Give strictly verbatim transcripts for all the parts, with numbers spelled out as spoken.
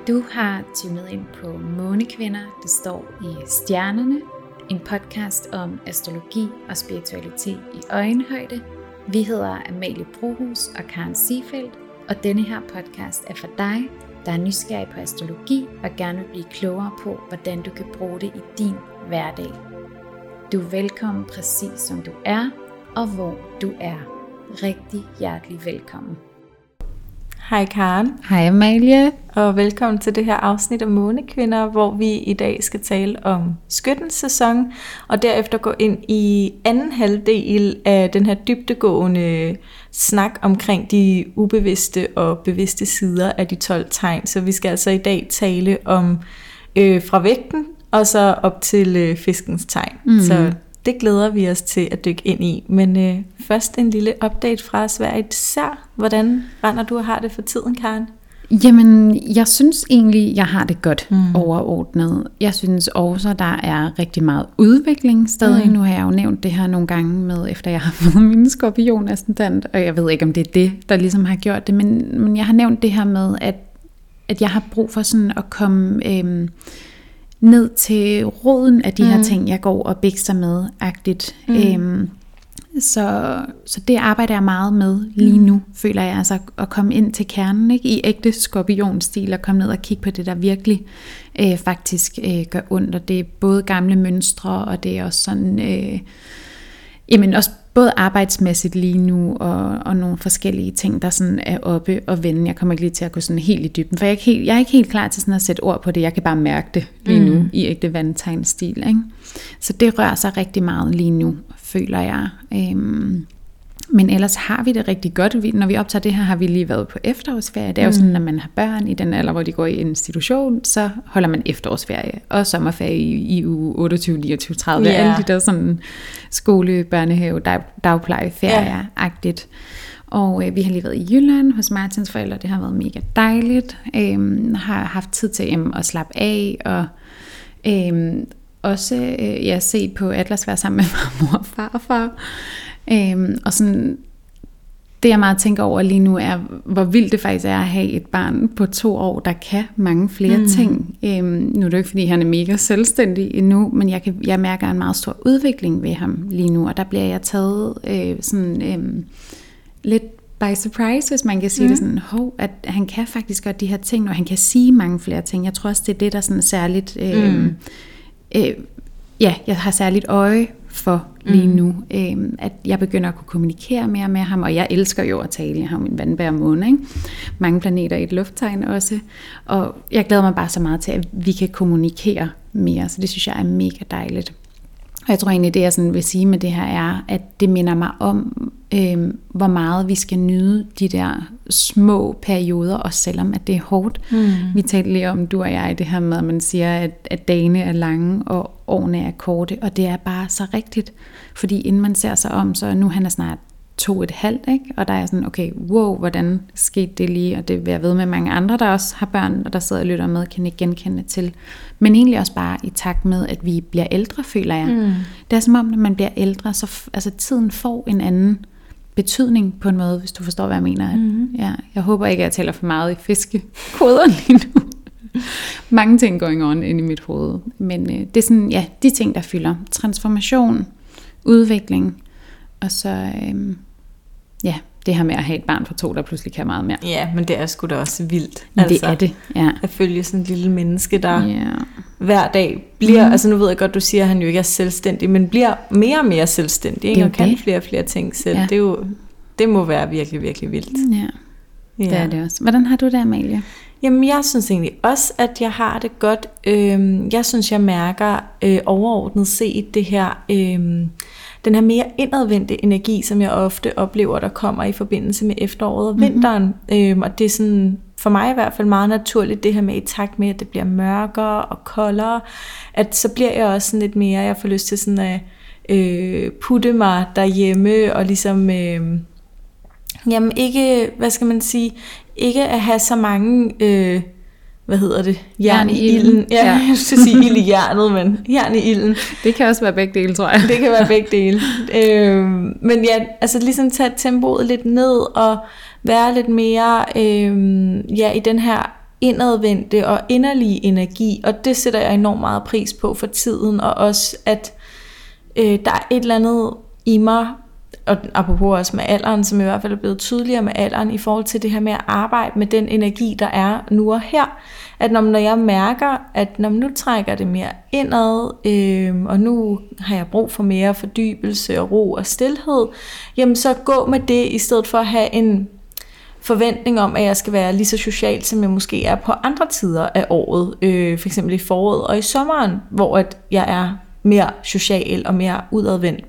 Du har tunet ind på Månekvinder, det står i stjernerne, en podcast om astrologi og spiritualitet i øjenhøjde. Vi hedder Amalie Brohus og Karen Seefeldt, og denne her podcast er for dig, der er nysgerrig på astrologi og gerne vil blive klogere på, hvordan du kan bruge det i din hverdag. Du er velkommen præcis som du er, og hvor du er. Rigtig hjertelig velkommen. Hej Karen. Hej Amalie. Og velkommen til det her afsnit af Månekvinder, hvor vi i dag skal tale om skyttens sæson, og derefter gå ind i anden halvdel af den her dybdegående snak omkring de ubevidste og bevidste sider af de tolv tegn. Så vi skal altså i dag tale om øh, fra vægten og så op til øh, fiskens tegn. Mm. Så det glæder vi os til at dykke ind i. Men øh, først en lille update fra Sverige især. Hvordan render du og har det for tiden, Karen? Jamen, jeg synes egentlig, jeg har det godt mm. overordnet. Jeg synes også, der er rigtig meget udvikling stadig. Mm. Nu har jeg jo nævnt det her nogle gange med, efter jeg har fået min skorpion-ascendant, og jeg ved ikke, om det er det, der ligesom har gjort det, men, men jeg har nævnt det her med, at, at jeg har brug for sådan at komme øhm, ned til roden af de mm. her ting, jeg går og bikser med, agtigt. Mm. Øhm, Så, så det arbejder jeg meget med lige nu, mm. føler jeg, altså at komme ind til kernen, ikke? I ægte skorpionstil, og komme ned og kigge på det, der virkelig øh, faktisk øh, gør ondt, og det er både gamle mønstre, og det er også sådan, øh, jamen også både arbejdsmæssigt lige nu, og, og nogle forskellige ting, der sådan er oppe og vende. Jeg kommer ikke lige til at gå sådan helt i dybden, for jeg er ikke helt, jeg er ikke helt klar til sådan at sætte ord på det, jeg kan bare mærke det lige nu, mm. i ægte vandtegnstil, ikke? Så det rører sig rigtig meget lige nu, føler jeg. Øhm, men ellers har vi det rigtig godt. Når vi optager det her, har vi lige været på efterårsferie. Det er jo sådan, når man har børn i den alder, hvor de går i institution, så holder man efterårsferie og sommerferie i, i uge otteogtyve, niogtyve, tredive. Yeah. Alle de der sådan skole, børnehave, dag, dagpleje-ferie-agtigt. Og øh, vi har lige været i Jylland hos Martins forældre. Det har været mega dejligt. Øhm, har haft tid til hjemme at slappe af og øhm, også øh, ja, se på Atlas være sammen med farmor og farfar. Øhm, og sådan, det jeg meget tænker over lige nu er, hvor vildt det faktisk er at have et barn på to år, der kan mange flere mm. ting. Øhm, nu er det jo ikke, fordi han er mega selvstændig endnu, men jeg, kan, jeg mærker en meget stor udvikling ved ham lige nu, og der bliver jeg taget øh, sådan øh, lidt by surprise, hvis man kan sige mm. det sådan, hov, at han kan faktisk godt de her ting, og han kan sige mange flere ting. Jeg tror også, det er det, der sådan er særligt... Øh, mm. Øh, ja, jeg har særligt øje for lige nu, mm. øh, at jeg begynder at kunne kommunikere mere med ham, og jeg elsker jo at tale. Jeg har min vandbærmåne, ikke? Mange planeter i et lufttegn også, og jeg glæder mig bare så meget til, at vi kan kommunikere mere, så det synes jeg er mega dejligt. Og jeg tror egentlig, det jeg sådan vil sige med det her er, at det minder mig om, øh, hvor meget vi skal nyde de der små perioder, også selvom at det er hårdt. Mm. Vi talte lige om, du og jeg, det her med, at man siger, at, at dagene er lange, og årene er korte, og det er bare så rigtigt. Fordi inden man ser sig om, så nu han er snart to et halvt, ikke? Og der er sådan, okay, wow, hvordan skete det lige? Og det vil jeg ved med mange andre, der også har børn, og der sidder og lytter med, kan ikke genkende til. Men egentlig også bare i takt med, at vi bliver ældre, føler jeg. Mm. Det er som om, når man bliver ældre, så altså, tiden får en anden betydning på en måde, hvis du forstår, hvad jeg mener. At, mm. ja, jeg håber ikke, at jeg taler for meget i fiskekoder lige nu. Mange ting going on inde i mit hoved. Men øh, det er sådan, ja, de ting, der fylder. Transformation, udvikling, og så, øhm, ja, det her med at have et barn for to, der pludselig kan meget mere. Ja, men det er sgu da også vildt. Altså, det er det, ja. At følge sådan et lille menneske, der ja. hver dag bliver, mm. altså nu ved jeg godt, du siger, at han jo ikke er selvstændig, men bliver mere og mere selvstændig, ikke? Og kan det. flere og flere ting selv. Ja. Det, er jo, det må være virkelig, virkelig vildt. Ja, ja. Det er det også. Hvordan har du det, Amalie? Jamen, jeg synes egentlig også, at jeg har det godt. Øhm, jeg synes, jeg mærker øh, overordnet set det her... Øh, den her mere indadvendte energi, som jeg ofte oplever, der kommer i forbindelse med efteråret og vinteren. Mm-hmm. Øhm, og det er sådan, for mig i hvert fald meget naturligt, det her med i takt med, at det bliver mørkere og koldere, at så bliver jeg også sådan lidt mere, jeg får lyst til sådan at øh, putte mig derhjemme, og ligesom, øh, jamen ikke, hvad skal man sige, ikke at have så mange... Øh, hvad hedder det? Jern i ilden. Ja, ja. Jeg skal sige ild i jernet, men jern i ilden. Det kan også være begge dele, tror jeg. Det kan være begge dele. øhm, men ja, altså ligesom tage tempoet lidt ned og være lidt mere øhm, ja, i den her indadvendte og inderlige energi, og det sætter jeg enormt meget pris på for tiden, og også at øh, der er et eller andet i mig, og apropos også med alderen, som i hvert fald er blevet tydeligere med alderen, i forhold til det her med at arbejde med den energi, der er nu og her, at når jeg mærker, at når nu trækker det mere indad, øh, og nu har jeg brug for mere fordybelse og ro og stilhed, jamen så gå med det, i stedet for at have en forventning om, at jeg skal være lige så social, som jeg måske er på andre tider af året, øh, for eksempel i foråret og i sommeren, hvor at jeg er mere social og mere udadvendt.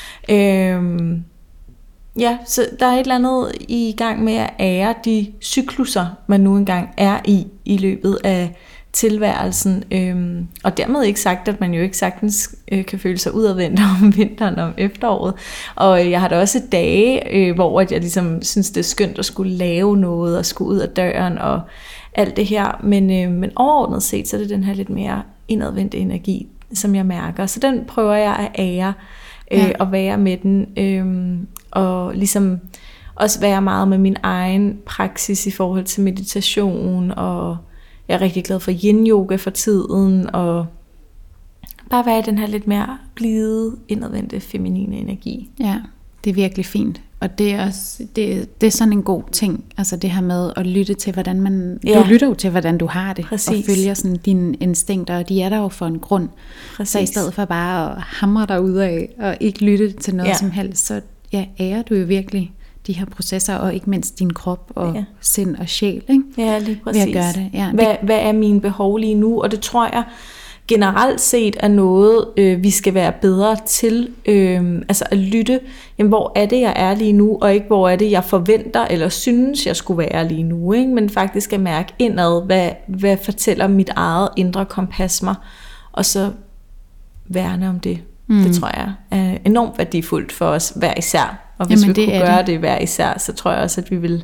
Øhm, ja, så der er et eller andet i gang med at ære de cykluser, man nu engang er i, i løbet af tilværelsen. Øhm, og dermed ikke sagt, at man jo ikke sagtens øh, kan føle sig udadvendt om vinteren og om efteråret. Og øh, jeg har da også dage, øh, hvor at jeg ligesom synes, det er skønt at skulle lave noget, og skulle ud af døren og alt det her. Men, øh, men overordnet set, så er det den her lidt mere indadvendte energi, som jeg mærker. Så den prøver jeg at ære, øh, ja. og være med den, øh, og ligesom også være meget med min egen praksis i forhold til meditation, og jeg er rigtig glad for yin-yoga for tiden, og bare være i den her lidt mere blide, indadvendte, feminine energi. Ja, det er virkelig fint. Og det er også det, det er sådan en god ting, altså det her med at lytte til, hvordan man, ja. Du lytter jo til, hvordan du har det, Præcis. Og følger sådan dine instinkter, og de er der jo for en grund. Præcis. Så i stedet for bare at hamre dig ud af, og ikke lytte til noget ja. Som helst, så ja, ærer du jo virkelig de her processer, og ikke mindst din krop og ja. Sind og sjæl, ikke? Ja, lige præcis. Ved at gøre det. Ja, hvad, det. hvad er mine behov lige nu? Og det tror jeg generelt set er noget, øh, vi skal være bedre til, øh, altså at lytte, jamen, hvor er det, jeg er lige nu, og ikke hvor er det, jeg forventer, eller synes, jeg skulle være lige nu, ikke? Men faktisk at mærke indad, hvad, hvad fortæller mit eget indre kompas mig, og så værne om det. Mm. Det tror jeg er enormt værdifuldt for os hver især. Og hvis Jamen, vi kunne gøre det. det hver især, så tror jeg også, at vi vil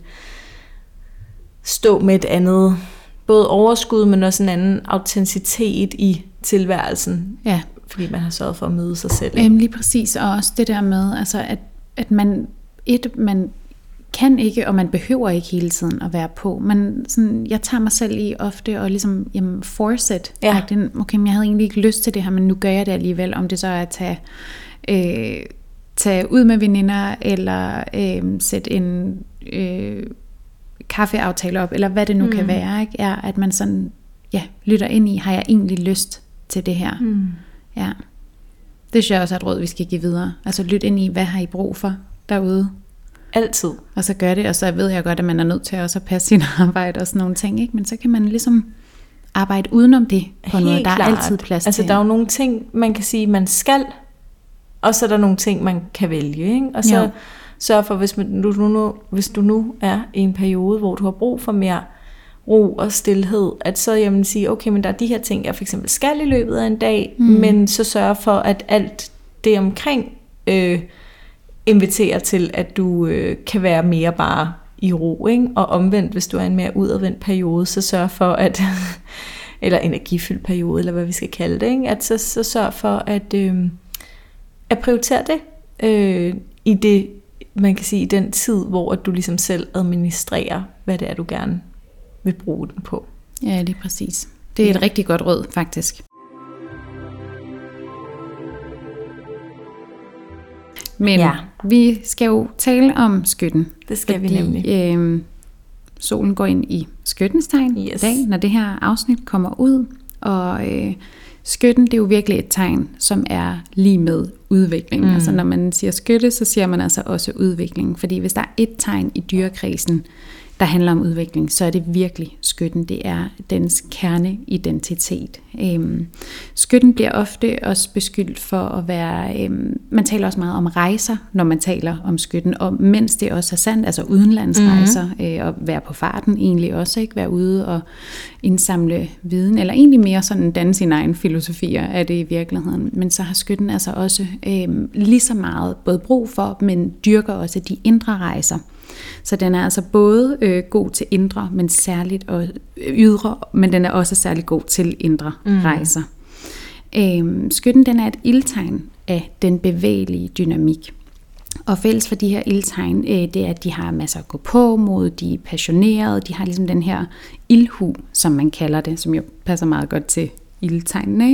stå med et andet, både overskud, men også en anden autenticitet i tilværelsen. Ja. Fordi man har sørget for at møde sig selv. Jamen, lige præcis, og også det der med, altså at, at man, et, man kan ikke, og man behøver ikke hele tiden at være på. Men sådan, jeg tager mig selv i ofte og ligesom, jamen, force it. Ja. Okay, men jeg havde egentlig ikke lyst til det her, men nu gør jeg det alligevel, om det så er at tage... Øh, tage ud med veninder, eller øh, sætte en øh, kaffeaftale op, eller hvad det nu mm. kan være, ikke? Er, at man sådan, ja, lytter ind i, har jeg egentlig lyst til det her? Mm. Ja. Det synes jeg også er et råd, vi skal give videre. Altså lyt ind i, hvad har I brug for derude? Altid. Og så gør det, og så ved jeg godt, at man er nødt til også at passe sin arbejde og sådan nogle ting, ikke? Men så kan man ligesom arbejde udenom det på noget. Der er altid plads altså, til. Der er jo nogle ting, man kan sige, man skal. Og så er der nogle ting, man kan vælge, ikke? Og så sørg for, hvis, man, du nu, hvis du nu er i en periode, hvor du har brug for mere ro og stilhed, at så jamen, sige, okay, men der er de her ting, jeg for eksempel skal i løbet af en dag, mm. men så sørg for, at alt det omkring øh, inviterer til, at du øh, kan være mere bare i ro, ikke? Og omvendt, hvis du er en mere udadvendt periode, så sørg for, at eller energifyldt periode, eller hvad vi skal kalde det, ikke? At så, så sørg for, at øh, at prioritere det øh, i det, man kan sige, i den tid, hvor du ligesom selv administrerer, hvad det er, du gerne vil bruge den på. Ja, det er præcis. Det er et ja. rigtig godt råd, faktisk. Men ja. vi skal jo tale om skytten. Det skal fordi, vi nemlig. Øh, solen går ind i skyttens tegn yes. i dag, når det her afsnit kommer ud, og øh, skytten, det er jo virkelig et tegn, som er lige med udvikling. Mm. Altså når man siger skytte, så siger man altså også udvikling. Fordi hvis der er et tegn i dyrekredsen, der handler om udvikling, så er det virkelig skytten. Det er dens kerneidentitet. Øhm, skytten bliver ofte også beskyldt for at være... Øhm, man taler også meget om rejser, når man taler om skytten. Og mens det også er sandt, altså udenlandsrejser, mm-hmm. øh, og være på farten egentlig også, ikke være ude og indsamle viden, eller egentlig mere sådan danne sine egne filosofier af det i virkeligheden. Men så har skytten altså også øhm, lige så meget både brug for, men dyrker også de indre rejser. Så den er altså både øh, god til indre, men særligt og ydre, men den er også særlig god til indre mm. rejser. Øhm, skytten, den er et ildtegn af den bevægelige dynamik. Og fælles for de her ildtegn, øh, det er, at de har masser at gå på mod, de er passionerede, de har ligesom den her ildhu, som man kalder det, som jo passer meget godt til ildtegnene,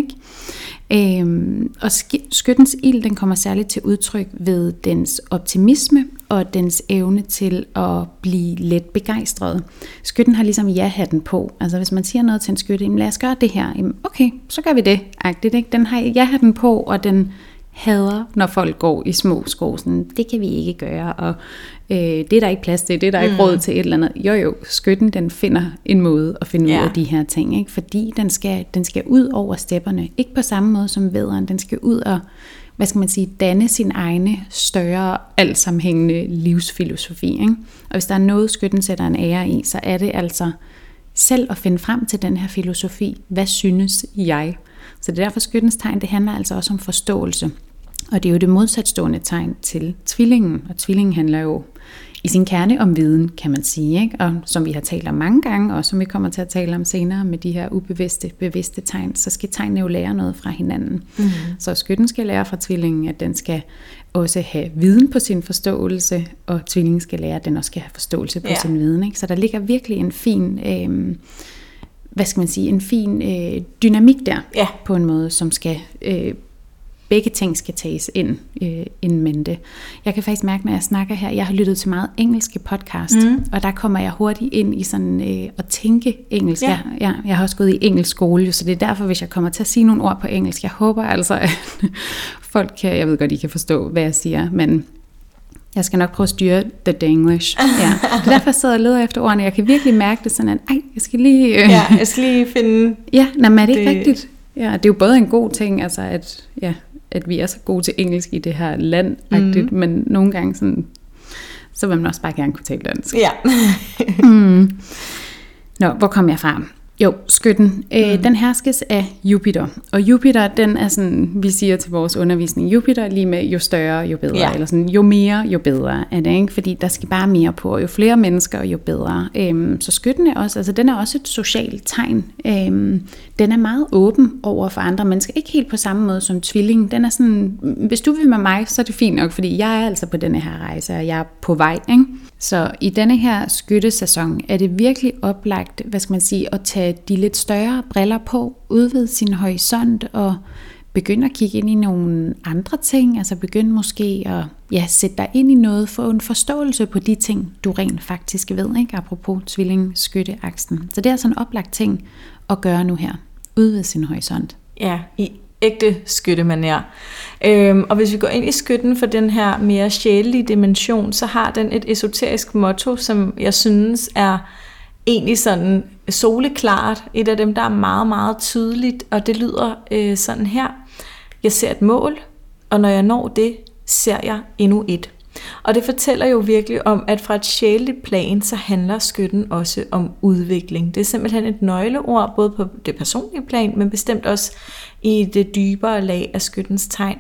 ikke? Øhm, og skyttens ild, den kommer særligt til udtryk ved dens optimisme og dens evne til at blive let begejstret. Skytten har ligesom ja-hatten på. Altså hvis man siger noget til en skytte, lad os gøre det her, jamen, okay, så gør vi det. Agtigt, ikke? Den har ja-hatten på, og den hader, når folk går i små sko, sådan, det kan vi ikke gøre, og øh, det er der ikke plads til, det er der mm. ikke råd til et eller andet. Jo jo, skytten, den finder en måde at finde ja. ud af de her ting, ikke? Fordi den skal, den skal ud over stepperne, ikke på samme måde som vædderen, den skal ud og, hvad skal man sige, danne sin egne større, altsammenhængende livsfilosofi, ikke? Og hvis der er noget, skytten sætter en ære i, så er det altså selv at finde frem til den her filosofi. Hvad synes jeg? Så det er derfor skyttens tegn, det handler altså også om forståelse. Og det er jo det modsatstående tegn til tvillingen. Og tvillingen handler jo i sin kerne om viden, kan man sige, ikke? Og som vi har talt om mange gange, og som vi kommer til at tale om senere med de her ubevidste, bevidste tegn, så skal tegnene jo lære noget fra hinanden. Mm-hmm. Så skytten skal lære fra tvillingen, at den skal også have viden på sin forståelse, og tvillingen skal lære, at den også skal have forståelse på ja. sin viden, ikke? Så der ligger virkelig en fin... Øh, hvad skal man sige, en fin øh, dynamik der, ja. på en måde, som skal, øh, begge ting skal tages ind, øh, in mente. Jeg kan faktisk mærke, når jeg snakker her, jeg har lyttet til meget engelske podcast, mm. og der kommer jeg hurtigt ind i sådan øh, at tænke engelsk. Ja. Jeg, jeg, jeg har også gået i engelsk skole, så det er derfor, hvis jeg kommer til at sige nogle ord på engelsk, jeg håber altså, at folk kan, jeg ved godt, I kan forstå, hvad jeg siger, men jeg skal nok prøve at styre the Danglish. Ja. Derfor sidder jeg og leder efter ordene. Jeg kan virkelig mærke det sådan, at ej, jeg skal lige... Øh... Ja, jeg skal lige finde... Ja, nej, men er det, det ikke rigtigt? Ja, det er jo både en god ting, altså at, ja, at vi er så gode til engelsk i det her land, mm. men nogle gange sådan, så vil man også bare gerne kunne tale dansk. Ja. mm. Nå, hvor kom jeg fra? Jo, skytten, øh, mm. den herskes af Jupiter, og Jupiter, den er sådan, vi siger til vores undervisning, Jupiter lige med jo større, jo bedre, ja. eller sådan, jo mere, jo bedre, er det ikke? Fordi der skal bare mere på, jo flere mennesker, jo bedre. Øhm, så skytten er også, altså den er også et socialt tegn. Øhm, den er meget åben over for andre mennesker, ikke helt på samme måde som tvillingen. Den er sådan, hvis du vil med mig, så er det fint nok, fordi jeg er altså på denne her rejse, og jeg er på vej, ikke? Så i denne her skyttesæson er det virkelig oplagt, hvad skal man sige, at tage de lidt større briller på, udvide sin horisont og begynde at kigge ind i nogle andre ting, altså begynde måske at ja, sætte dig ind i noget, få en forståelse på de ting, du rent faktisk ved, ikke? Apropos tvilling-skytte-aksen. Så det er sådan en oplagt ting at gøre nu her. Udvide sin horisont. Ja, i ægte skyttemanér. Øhm, og hvis vi går ind i skytten for den her mere sjælelige dimension, så har den et esoterisk motto, som jeg synes er egentlig sådan soleklart, et af dem, der er meget, meget tydeligt, og det lyder øh, sådan her. Jeg ser et mål, og når jeg når det, ser jeg endnu et. Og det fortæller jo virkelig om, at fra et sjæleligt plan, så handler skytten også om udvikling. Det er simpelthen et nøgleord, både på det personlige plan, men bestemt også i det dybere lag af skyttens tegn.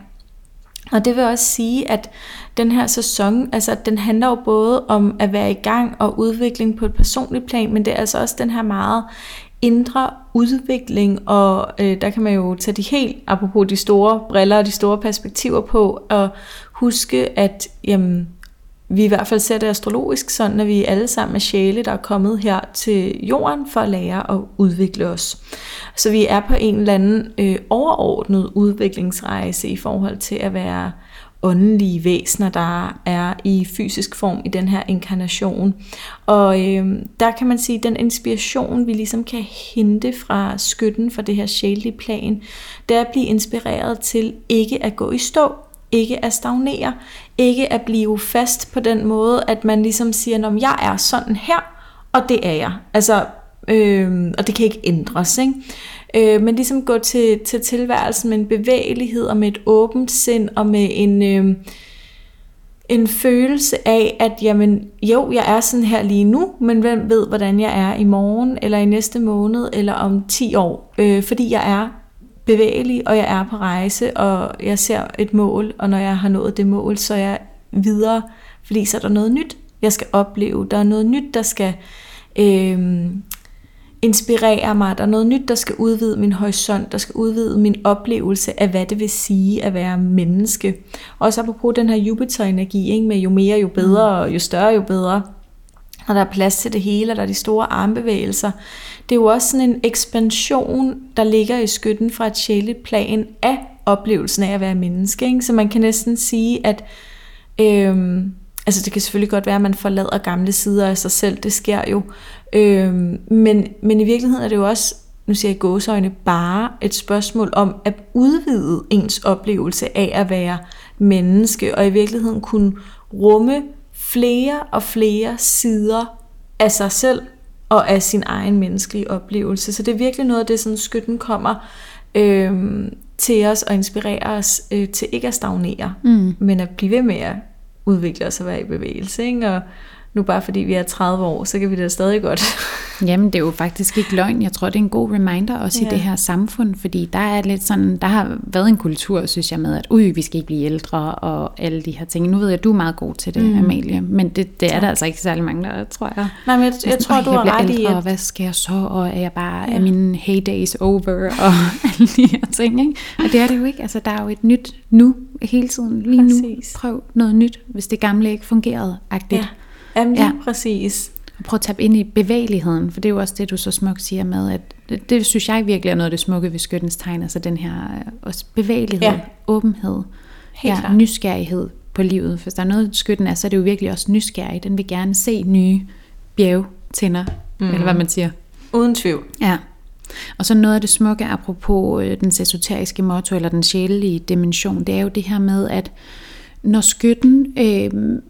Og det vil også sige, at den her sæson, altså den handler jo både om at være i gang og udvikling på et personligt plan, men det er altså også den her meget indre udvikling, og øh, der kan man jo tage de helt, apropos de store briller og de store perspektiver på, og huske, at jamen, vi i hvert fald ser det astrologisk sådan, at vi alle sammen er sjæle, der er kommet her til jorden for at lære at udvikle os. Så vi er på en eller anden øh, overordnet udviklingsrejse i forhold til at være åndelige væsener, der er i fysisk form i den her inkarnation. Og øh, der kan man sige, at den inspiration, vi ligesom kan hente fra skytten, fra det her sjælelige plan, det er at blive inspireret til ikke at gå i stå, ikke at stagnere, ikke at blive fast på den måde, at man ligesom siger, at jeg er sådan her, og det er jeg. Altså, øh, og det kan ikke ændres, ikke? Øh, men ligesom gå til, til tilværelsen med en bevægelighed og med et åbent sind og med en, øh, en følelse af, at jamen, jo, jeg er sådan her lige nu, men hvem ved, hvordan jeg er i morgen, eller i næste måned, eller om ti år. Øh, fordi jeg er bevægelig, og jeg er på rejse, og jeg ser et mål, og når jeg har nået det mål, så er jeg videre, fordi så er der noget nyt, jeg skal opleve. Der er noget nyt, der skal... Øh, inspirere mig, der er noget nyt, der skal udvide min horisont, der skal udvide min oplevelse af, hvad det vil sige at være menneske. Også apropos den her Jupiter-energi, ikke? Med jo mere, jo bedre, og jo større, jo bedre. Og der er plads til det hele, og der er de store armbevægelser. Det er jo også sådan en ekspansion, der ligger i skytten fra et sjæleligt plan af oplevelsen af at være menneske. Ikke? Så man kan næsten sige, at øhm, altså det kan selvfølgelig godt være, at man forlader gamle sider af sig selv, det sker jo. Øhm, men, men i virkeligheden er det jo også, nu siger jeg i gåseøjne, bare et spørgsmål om at udvide ens oplevelse af at være menneske, og i virkeligheden kunne rumme flere og flere sider af sig selv og af sin egen menneskelige oplevelse. Så det er virkelig noget af det, sådan skytten kommer øhm, til os og inspirerer os øh, til ikke at stagnere, mm. men at blive ved med at udvikle os og være i bevægelse. Ikke? Og nu bare fordi vi er tredive år, så kan vi da stadig godt. Jamen det er jo faktisk ikke løgn. Jeg tror det er en god reminder også ja. I det her samfund, fordi der er lidt sådan, der har været en kultur, synes jeg, med at ui, vi skal ikke blive ældre og alle de her ting. Nu ved jeg, at du er meget god til det, mm. Amalie, men det, det er der altså ikke særlig mange, der tror jeg. Nej, men jeg, jeg, jeg tror, du har ret i, at... og hvad skal jeg så, og er jeg bare, ja. Er mine heydays over, og alle de her ting, ikke? Og det er det jo ikke, altså der er jo et nyt nu, hele tiden, lige Præcis. Nu, prøv noget nyt, hvis det gamle ikke fungerede, agtigt. Ja. Jamen lige ja. Præcis. Og prøv at tabe ind i bevægeligheden, for det er jo også det, du så smukt siger med, at det, det synes jeg virkelig er noget af det smukke ved skyttens tegn, altså den her også bevægelighed, ja. Åbenhed, ja, nysgerrighed på livet. Hvis der er noget, skytten er, så er det jo virkelig også nysgerrig. Den vil gerne se nye bjergtinder, mm. eller hvad man siger. Uden tvivl. Ja. Og så noget af det smukke, apropos øh, den esoteriske motto, eller den sjælelige dimension, det er jo det her med, at når skytten øh,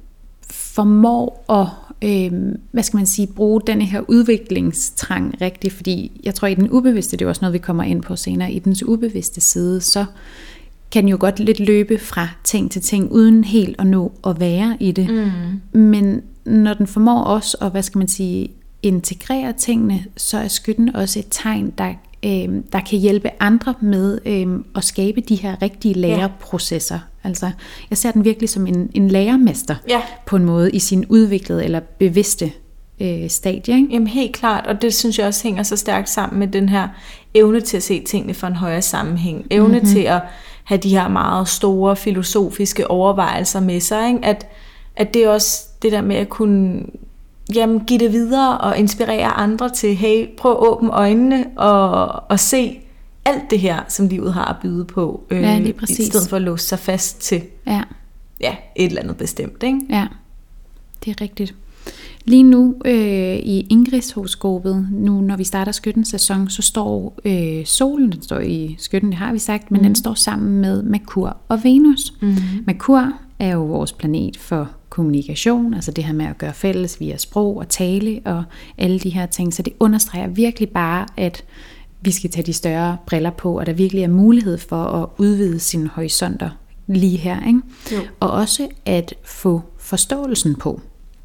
formår at, øh, hvad skal man sige, bruge denne her udviklingstrang rigtigt, fordi jeg tror i den ubevidste, det er også noget, vi kommer ind på senere, i dens ubevidste side, så kan den jo godt lidt løbe fra ting til ting, uden helt at nå at være i det. Mm. Men når den formår også at, hvad skal man sige, integrere tingene, så er skytten også et tegn, der, øh, der kan hjælpe andre med øh, at skabe de her rigtige læreprocesser. Ja. Altså, jeg ser den virkelig som en, en lærermester ja. På en måde i sin udviklede eller bevidste øh, stadie. Ikke? Jamen helt klart, og det synes jeg også hænger så stærkt sammen med den her evne til at se tingene fra en højere sammenhæng. Evne mm-hmm. til at have de her meget store filosofiske overvejelser med sig. Ikke? At, at det er også det der med at kunne jamen, give det videre og inspirere andre til, hey, prøv at åbne øjnene og, og se alt det her, som livet har at byde på, øh, ja, i stedet for at låse sig fast til ja. Ja, et eller andet bestemt. Ikke? Ja, det er rigtigt. Lige nu øh, i Ingridshoroskopet, nu når vi starter skyttens sæson, så står øh, solen, den står i skytten, det har vi sagt, men mm. den står sammen med Merkur og Venus. Mm. Merkur er jo vores planet for kommunikation, altså det her med at gøre fælles via sprog og tale og alle de her ting, så det understreger virkelig bare, at vi skal tage de større briller på, og der virkelig er mulighed for at udvide sine horisonter lige her, ikke? Og også at få forståelsen på.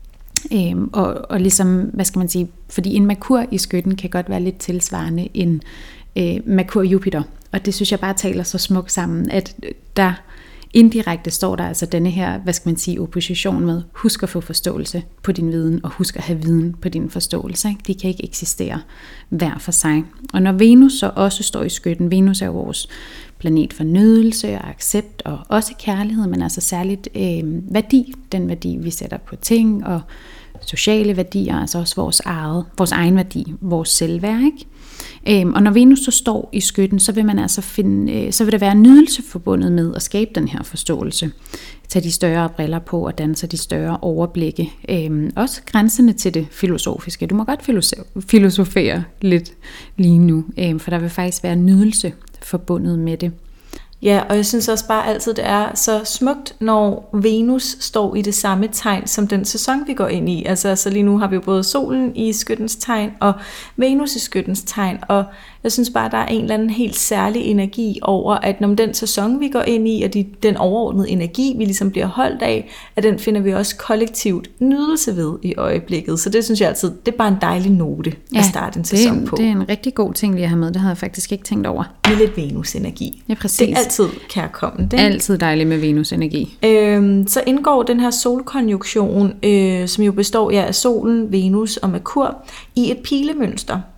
Øhm, og, og ligesom, hvad skal man sige, fordi en Merkur i skytten kan godt være lidt tilsvarende en øh, Merkur Jupiter, og det synes jeg bare taler så smukt sammen, at der indirekte står der altså denne her, hvad skal man sige, opposition med, husk at få forståelse på din viden, og husk at have viden på din forståelse. Ikke? De kan ikke eksistere hver for sig. Og når Venus så også står i skytten, Venus er jo vores planet for nydelse og accept, og også kærlighed, men altså særligt øh, værdi, den værdi, vi sætter på ting, og sociale værdier, altså også vores, eget, vores egen værdi, vores selvværd, ikke? Øhm, og når Venus så står i skytten, så vil man altså finde, øh, så vil der være nydelse forbundet med at skabe den her forståelse. Tage de større briller på og danne sig de større overblikke. Øhm, også grænserne til det filosofiske. Du må godt filosof- filosofere lidt lige nu, øhm, for der vil faktisk være nydelse forbundet med det. Ja, og jeg synes også bare altid, det er så smukt, når Venus står i det samme tegn som den sæson, vi går ind i. Altså så lige nu har vi jo både solen i skyttens tegn og Venus i skyttens tegn, og jeg synes bare, der er en eller anden helt særlig energi over, at når den sæson, vi går ind i, og de, den overordnede energi, vi ligesom bliver holdt af, at den finder vi også kollektivt nydelse ved i øjeblikket. Så det synes jeg altid, det er bare en dejlig note ja, at starte en sæson det, på. det er en rigtig god ting lige at have med, det havde jeg faktisk ikke tænkt over. Med lidt Venus-energi. Ja, præcis. Det er altid kærkomment. Det er altid dejligt med Venus-energi. Øhm, så indgår den her solkonjunktion, øh, som jo består ja, af solen, Venus og Merkur, i et pilemønster.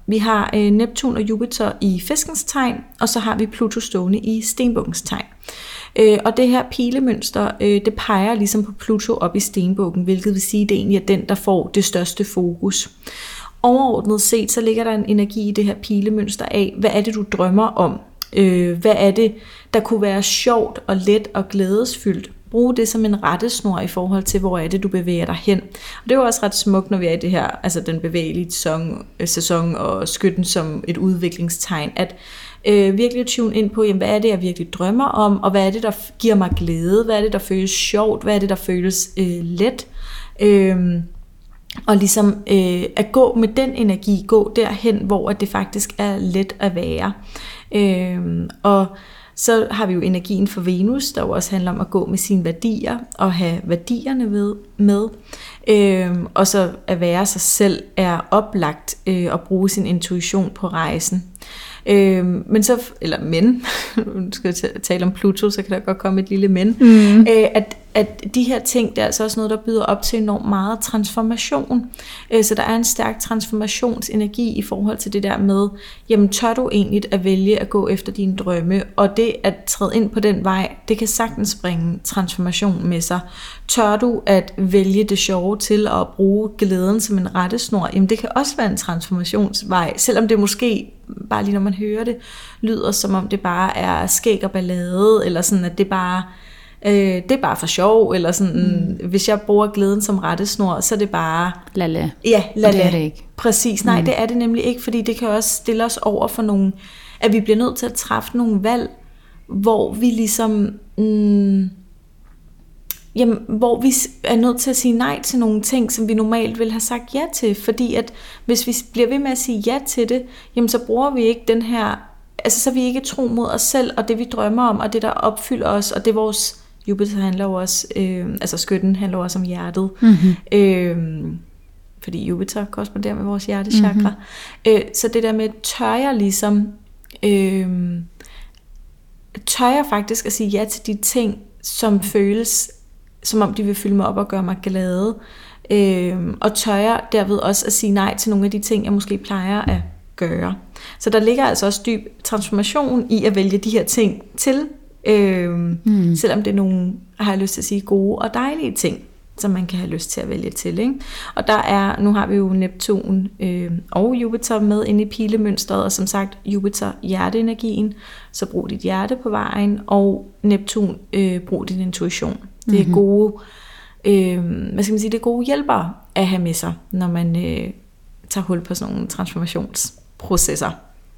Vi har øh, Neptun og Jupiter i fiskens tegn, og så har vi Pluto stående i stenbukkens tegn. Øh, og det her pilemønster, øh, det peger ligesom på Pluto op i stenbukken, hvilket vil sige, at det egentlig er den, der får det største fokus. Overordnet set, så ligger der en energi i det her pilemønster af, hvad er det, du drømmer om? Øh, hvad er det, der kunne være sjovt og let og glædesfyldt? Brug det som en rettesnor i forhold til, hvor er det, du bevæger dig hen. Og det er jo også ret smukt, når vi er i det her, altså den bevægelige sæson, sæson og skytten som et udviklingstegn, at øh, virkelig tune ind på, jamen, hvad er det, jeg virkelig drømmer om, og hvad er det, der giver mig glæde, hvad er det, der føles sjovt, hvad er det, der føles øh, let, øh, og ligesom øh, at gå med den energi, gå derhen, hvor det faktisk er let at være. Øh, og så har vi jo energien for Venus, der jo også handler om at gå med sine værdier og have værdierne ved, med. Øhm, og så at være sig selv er oplagt øh, at bruge sin intuition på rejsen. Øhm, men så, eller men, nu skal jeg tale om Pluto, så kan der godt komme et lille men, mm. øh, at, at de her ting, det er altså også noget, der byder op til enormt meget transformation. Øh, så der er en stærk transformationsenergi i forhold til det der med, jamen tør du egentlig at vælge at gå efter dine drømme, og det at træde ind på den vej, det kan sagtens bringe transformation med sig. Tør du at vælge det sjove til at bruge glæden som en rettesnor, jamen det kan også være en transformationsvej, selvom det måske, bare lige når man hører det, lyder som om det bare er skæg og ballade, eller sådan at det bare øh, det er bare for sjov, eller sådan, mm. hvis jeg bruger glæden som rettesnor, så er det bare lala. Ja, lala. Og det er det ikke. Præcis, nej, mm. det er det nemlig ikke, fordi det kan også stille os over for nogle, at vi bliver nødt til at træffe nogle valg, hvor vi ligesom mm, jamen, hvor vi er nødt til at sige nej til nogle ting, som vi normalt vil have sagt ja til, fordi at hvis vi bliver ved med at sige ja til det, jamen så bruger vi ikke den her, altså så er vi ikke tro mod os selv, og det vi drømmer om, og det der opfylder os, og det vores, Jupiter handler jo også, øh, altså skytten handler også om hjertet, mm-hmm. øh, fordi Jupiter korresponderer med vores hjertechakra, mm-hmm. øh, så det der med, tør jeg ligesom, øh, tør jeg faktisk at sige ja til de ting, som føles som om de vil fylde mig op og gøre mig glade, øhm, og tør jeg derved også at sige nej til nogle af de ting, jeg måske plejer at gøre. Så der ligger altså også dyb transformation i at vælge de her ting til, øhm, mm. selvom det er nogle, har jeg lyst til at sige, gode og dejlige ting, som man kan have lyst til at vælge til. Ikke? Og der er, nu har vi jo Neptun øh, og Jupiter med inde i pilemønstret, og som sagt Jupiter hjerteenergien, så brug dit hjerte på vejen, og Neptun øh, brug din intuition. Det er gode, øh, hvad skal man sige, det er gode hjælpere at have med sig, når man øh, tager hul på sådan nogle transformationsprocesser.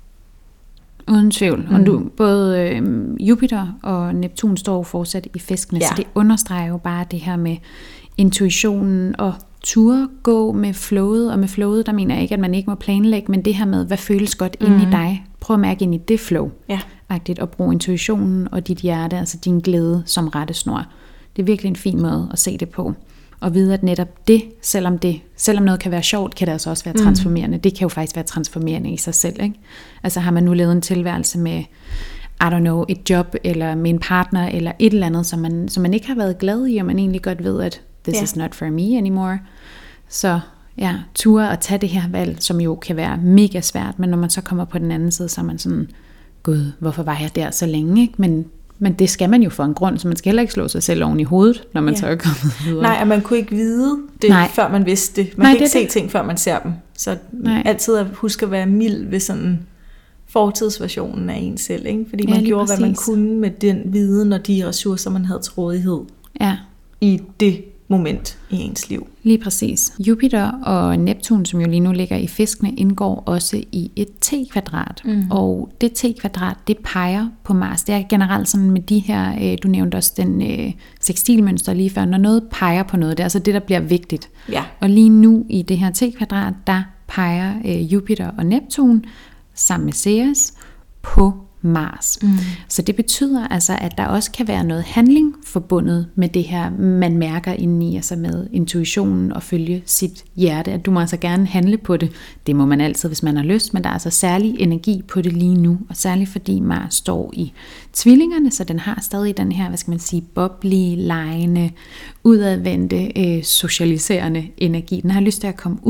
Uden tvivl. Mm. Og du, både øh, Jupiter og Neptun står fortsat i fiskene, ja. Så det understreger jo bare det her med intuitionen og turde gå med flowet. Og med flowet, der mener jeg ikke, at man ikke må planlægge, men det her med, hvad føles godt mm. inde i dig. Prøv at mærke ind i det flow. Ja. Og bruge intuitionen og dit hjerte, altså din glæde som rettesnor. Det er virkelig en fin måde at se det på. Og vide, at netop det, selvom, det, selvom noget kan være sjovt, kan det altså også være transformerende. Mm. Det kan jo faktisk være transformerende i sig selv. Ikke? Altså har man nu levet en tilværelse med, I don't know, et job, eller med en partner, eller et eller andet, som man, som man ikke har været glad i, og man egentlig godt ved, at this yeah. is not for me anymore. Så ja, ture at tage det her valg, som jo kan være mega svært, men når man så kommer på den anden side, så er man sådan, gud, hvorfor var jeg der så længe? Ikke? Men Men det skal man jo for en grund, så man skal heller ikke slå sig selv oven i hovedet, når man ja. så er kommet videre. Nej, og man kunne ikke vide det, Nej. før man vidste det. Man Nej, kan ikke se det. ting, før man ser dem. Så Nej. altid at huske at være mild ved sådan fortidsversionen af en selv. Ikke? Fordi man ja, gjorde, præcis. hvad man kunne med den viden og de ressourcer, man havde til rådighed ja. i det moment i ens liv. Lige præcis. Jupiter og Neptun, som jo lige nu ligger i fiskene, indgår også i et T-kvadrat. Mm. Og det T-kvadrat, det peger på Mars. Det er generelt sådan med de her, du nævnte også den øh, sextilmønster lige før, når noget peger på noget, det er altså det, der bliver vigtigt. Ja. Og lige nu i det her T-kvadrat, der peger øh, Jupiter og Neptun sammen med Ceres på Mars. Mm. Så det betyder altså, at der også kan være noget handling forbundet med det her, man mærker indeni, altså med intuitionen og følge sit hjerte. At du må altså gerne handle på det. Det må man altid, hvis man har lyst, men der er altså særlig energi på det lige nu, og særligt fordi Mars står i tvillingerne, så den har stadig den her, hvad skal man sige, boblige, legende, udadvendte, øh, socialiserende energi. Den har lyst til at komme ud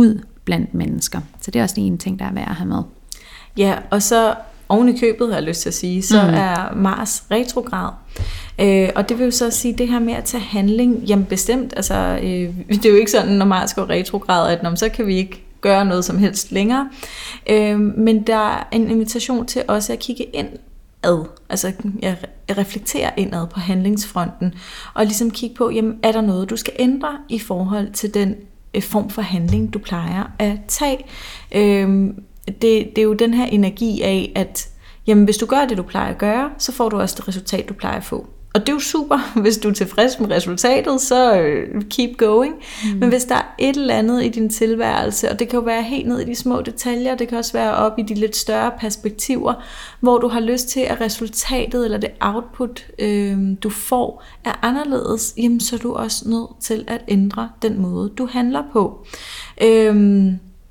blandt mennesker. Så det er også en ting, der er værd at have med. Ja, og så oven i købet, har jeg lyst til at sige, så mm. er Mars retrograd. Øh, og det vil jo så sige, det her med at tage handling, jamen bestemt, altså øh, det er jo ikke sådan, når Mars går retrograd, at når, så kan vi ikke gøre noget som helst længere. Øh, men der er en invitation til også at kigge ind ad, altså jeg reflekterer indad på handlingsfronten, og ligesom kigge på, jamen er der noget, du skal ændre i forhold til den øh, form for handling, du plejer at tage. Øh, det, det er jo den her energi af, at jamen, hvis du gør det, du plejer at gøre, så får du også det resultat, du plejer at få. Og det er jo super, hvis du er tilfreds med resultatet, så keep going. Mm. Men hvis der er et eller andet i din tilværelse, og det kan jo være helt ned i de små detaljer, det kan også være op i de lidt større perspektiver, hvor du har lyst til, at resultatet eller det output, øh, du får, er anderledes, jamen så er du også nødt til at ændre den måde, du handler på. Øh,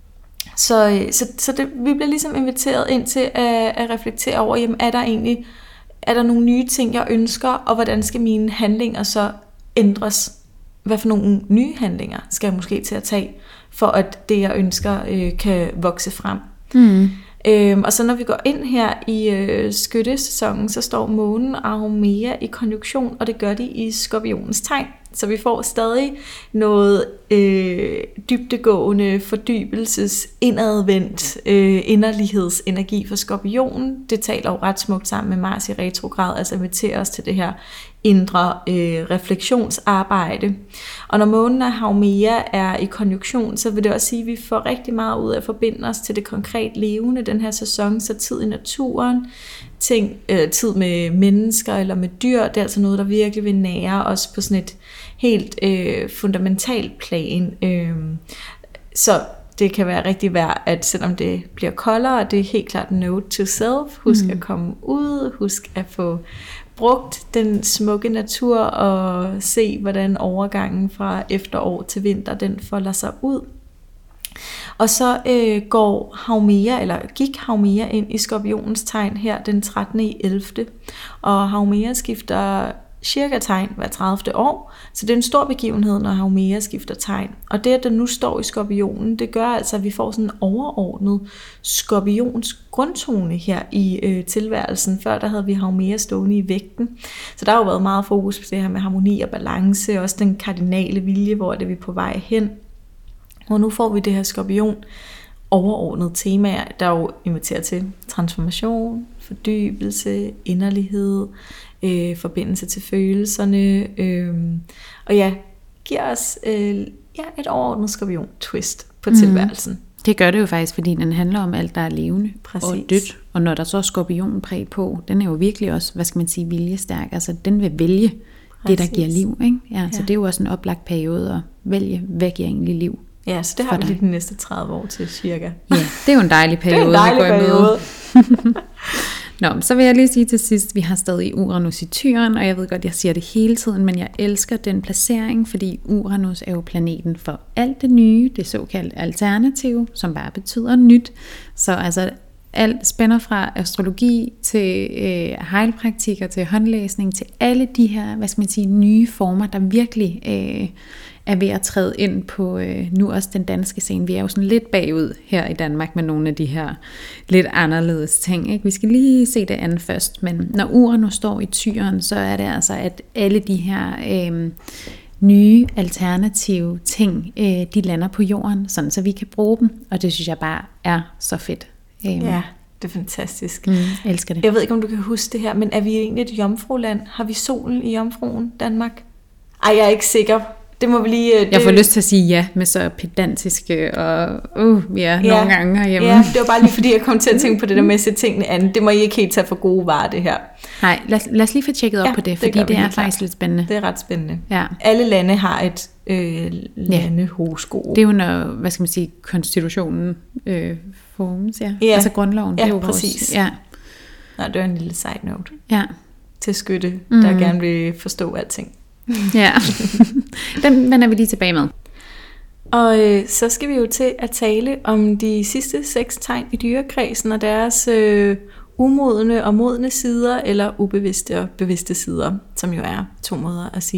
så så, så det, vi bliver ligesom inviteret ind til at, at reflektere over, jamen er der egentlig Er der nogle nye ting, jeg ønsker, og hvordan skal mine handlinger så ændres? Hvad for nogle nye handlinger skal jeg måske til at tage, for at det, jeg ønsker, øh, kan vokse frem? Mm. Øhm, og så når vi går ind her i øh, skyttesæsonen, så står månen og Haumea i konjunktion, og det gør de i skorpionens tegn. Så vi får stadig noget øh, dybdegående fordybelses, indadvendt øh, inderlighedsenergi for skorpionen. Det taler jo ret smukt sammen med Mars i retrograd, altså inviterer os til det her indre øh, refleksionsarbejde. Og når månen og Haumea er i konjunktion, så vil det også sige, at vi får rigtig meget ud af at forbinde os til det konkret levende den her sæson, så tid i naturen, ting, øh, tid med mennesker eller med dyr, det er altså noget, der virkelig vil nære os på sådan et helt øh, fundamentalt plan. Øh, så det kan være rigtig værd, at selvom det bliver koldere, det er helt klart note to self, husk mm. at komme ud, husk at få brugt den smukke natur og se, hvordan overgangen fra efterår til vinter, den folder sig ud. Og så øh, går Haumea, eller gik Haumea ind i skorpionens tegn her den trettende i ellevte Og Haumea skifter cirka tegn hver tredivte år, så det er en stor begivenhed, når Haumea skifter tegn. Og det, at den nu står i skorpionen, det gør altså, at vi får sådan en overordnet skorpions grundtone her i øh, tilværelsen. Før der havde vi Haumea stående i vægten. Så der har jo været meget fokus på det her med harmoni og balance, også den kardinale vilje, hvor det er vi på vej hen. Og nu får vi det her skorpion overordnede temaer, der jo inviterer til transformation, fordybelse, inderlighed, øh, forbindelse til følelserne, øh, og ja, giver os øh, ja, et overordnet skorpion-twist på tilværelsen. Mm. Det gør det jo faktisk, fordi den handler om alt, der er levende. Præcis. Og dødt. Og når der så er skorpionpræg på, den er jo virkelig også, hvad skal man sige, viljestærk. Altså den vil vælge Præcis. Det, der giver liv. Ikke? Ja, ja. Så det er jo også en oplagt periode at vælge, hvad giver egentlig liv. Ja, så det har vi lige de næste tredive år til cirka. Ja, det er jo en dejlig periode. Det er en dejlig periode. Nå, så vil jeg lige sige til sidst, vi har stadig Uranus i Tyren, og jeg ved godt, jeg siger det hele tiden, men jeg elsker den placering, fordi Uranus er jo planeten for alt det nye, det såkaldt alternativ, som bare betyder nyt. Så altså alt spænder fra astrologi til øh, heilpraktikker, til håndlæsning, til alle de her, hvad skal man sige, nye former, der virkelig øh, er ved at træde ind på øh, nu også den danske scene. Vi er jo sådan lidt bagud her i Danmark med nogle af de her lidt anderledes ting. Ikke? Vi skal lige se det andet først, men når Uranus står i Tyren, så er det altså, at alle de her øh, nye alternative ting, øh, de lander på jorden, sådan så vi kan bruge dem, og det synes jeg bare er så fedt. Øh, ja, det er fantastisk. Mm, elsker det. Jeg ved ikke, om du kan huske det her, men er vi egentlig et jomfruland? Har vi solen i jomfruen, Danmark? Ej, jeg er ikke sikker. Det må vi lige... Det... Jeg får lyst til at sige ja, med så pedantiske og uh, ja, ja, nogle gange herhjemme. Ja, det var bare lige fordi, jeg kom til at tænke på det der med at sætte tingene an. Det må I ikke helt tage for gode varer, det her. Nej, lad, lad os lige få tjekket op ja, på det, det fordi det, det er faktisk klart. lidt spændende. Det er ret spændende. Ja. Alle lande har et øh, landehoroskop. Det er jo når, hvad skal man sige, konstitutionen øh, formes, ja. ja. Altså grundloven. Ja, det er jo præcis. Vores, ja. Nå, det er en lille side note. Ja. Til skytte, mm. der gerne vil forstå alting. Ja, den vender vi lige tilbage med. Og øh, så skal vi jo til at tale om de sidste seks tegn i dyrekredsen og deres øh, umodne og modne sider, eller ubevidste og bevidste sider, som jo er to måder at sige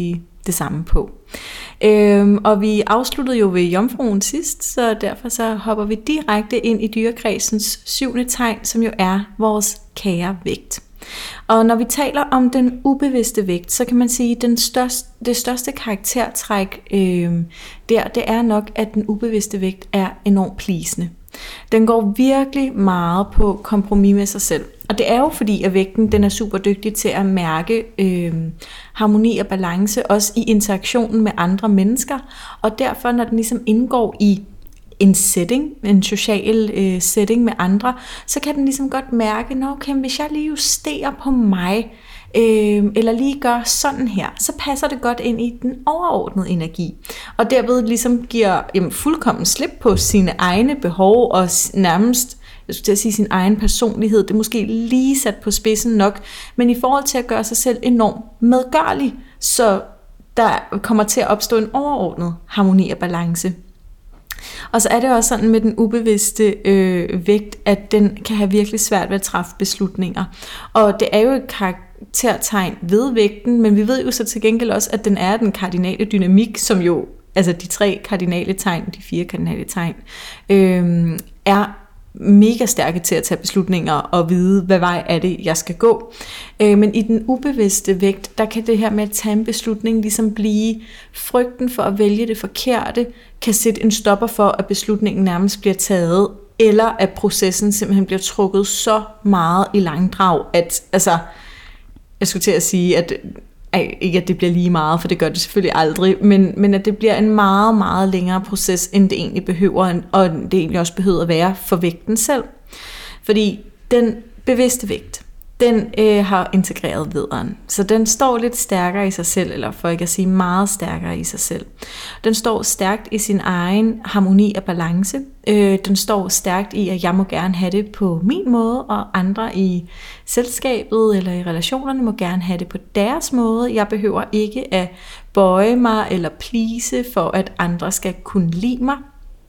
det samme på. Øhm, og vi afsluttede jo ved jomfruen sidst, så derfor så hopper vi direkte ind i dyrekredsens syvende tegn, som jo er vores kære vægt. Og når vi taler om den ubevidste vægt, så kan man sige, at den største, det største karaktertræk øh, der, det er nok, at den ubevidste vægt er enormt pleasende. Den går virkelig meget på kompromis med sig selv. Og det er jo fordi, at vægten den er super dygtig til at mærke øh, harmoni og balance, også i interaktionen med andre mennesker. Og derfor, når den ligesom indgår i en setting, en social øh, setting med andre, så kan den ligesom godt mærke, nå okay, hvis jeg lige justerer på mig, øh, eller lige gør sådan her, så passer det godt ind i den overordnede energi. Og derved ligesom giver jamen, fuldkommen slip på sine egne behov, og nærmest, jeg skulle til at sige, sin egen personlighed. Det er måske lige sat på spidsen nok, men i forhold til at gøre sig selv enormt medgørlig, så der kommer til at opstå en overordnet harmoni og balance. Og så er det også sådan med den ubevidste øh, vægt, at den kan have virkelig svært ved at træffe beslutninger. Og det er jo et karaktertegn ved vægten, men vi ved jo så til gengæld også, at den er den kardinale dynamik, som jo, altså de tre kardinale tegn, de fire kardinale tegn, øh, er mega stærke til at tage beslutninger og vide, hvad vej er det, jeg skal gå. Øh, men i den ubevidste vægt, der kan det her med at tage en beslutning ligesom blive frygten for at vælge det forkerte, kan sætte en stopper for, at beslutningen nærmest bliver taget, eller at processen simpelthen bliver trukket så meget i langdrag, at altså, jeg skulle til at sige, at ikke at det bliver lige meget, for det gør det selvfølgelig aldrig, men, men at det bliver en meget, meget længere proces, end det egentlig behøver, og det egentlig også behøver at være for vægten selv. Fordi den bevidste vægt, den øh, har integreret vederen, så den står lidt stærkere i sig selv, eller for ikke at sige meget stærkere i sig selv. Den står stærkt i sin egen harmoni og balance. Øh, den står stærkt i, at jeg må gerne have det på min måde, og andre i selskabet eller i relationerne må gerne have det på deres måde. Jeg behøver ikke at bøje mig eller please for, at andre skal kunne lide mig.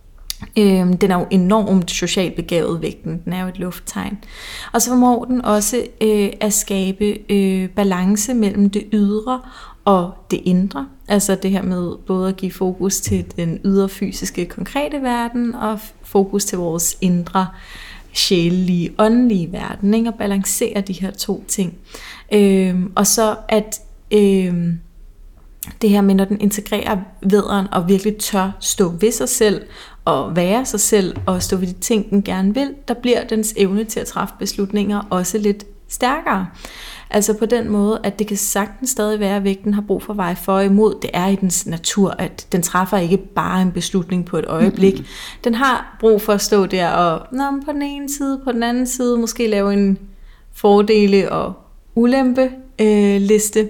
Øhm, den er jo enormt socialt begavet, vægten. Den er jo et lufttegn. Og så formår den også øh, at skabe øh, balance mellem det ydre og det indre. Altså det her med både at give fokus til den ydre fysiske konkrete verden og fokus til vores indre sjælelige, åndelige verden, ikke? Og balancere de her to ting. Øhm, og så at øhm, det her med, når den integrerer vederen og virkelig tør stå ved sig selv og være sig selv og stå ved de ting, den gerne vil, der bliver dens evne til at træffe beslutninger også lidt stærkere. Altså på den måde, at det kan sagtens stadig være, at vægten har brug for vej for og imod. Det er i dens natur, at den træffer ikke bare en beslutning på et øjeblik. Mm-hmm. Den har brug for at stå der og nå, på den ene side, på den anden side, måske lave en fordele og ulempe øh, liste.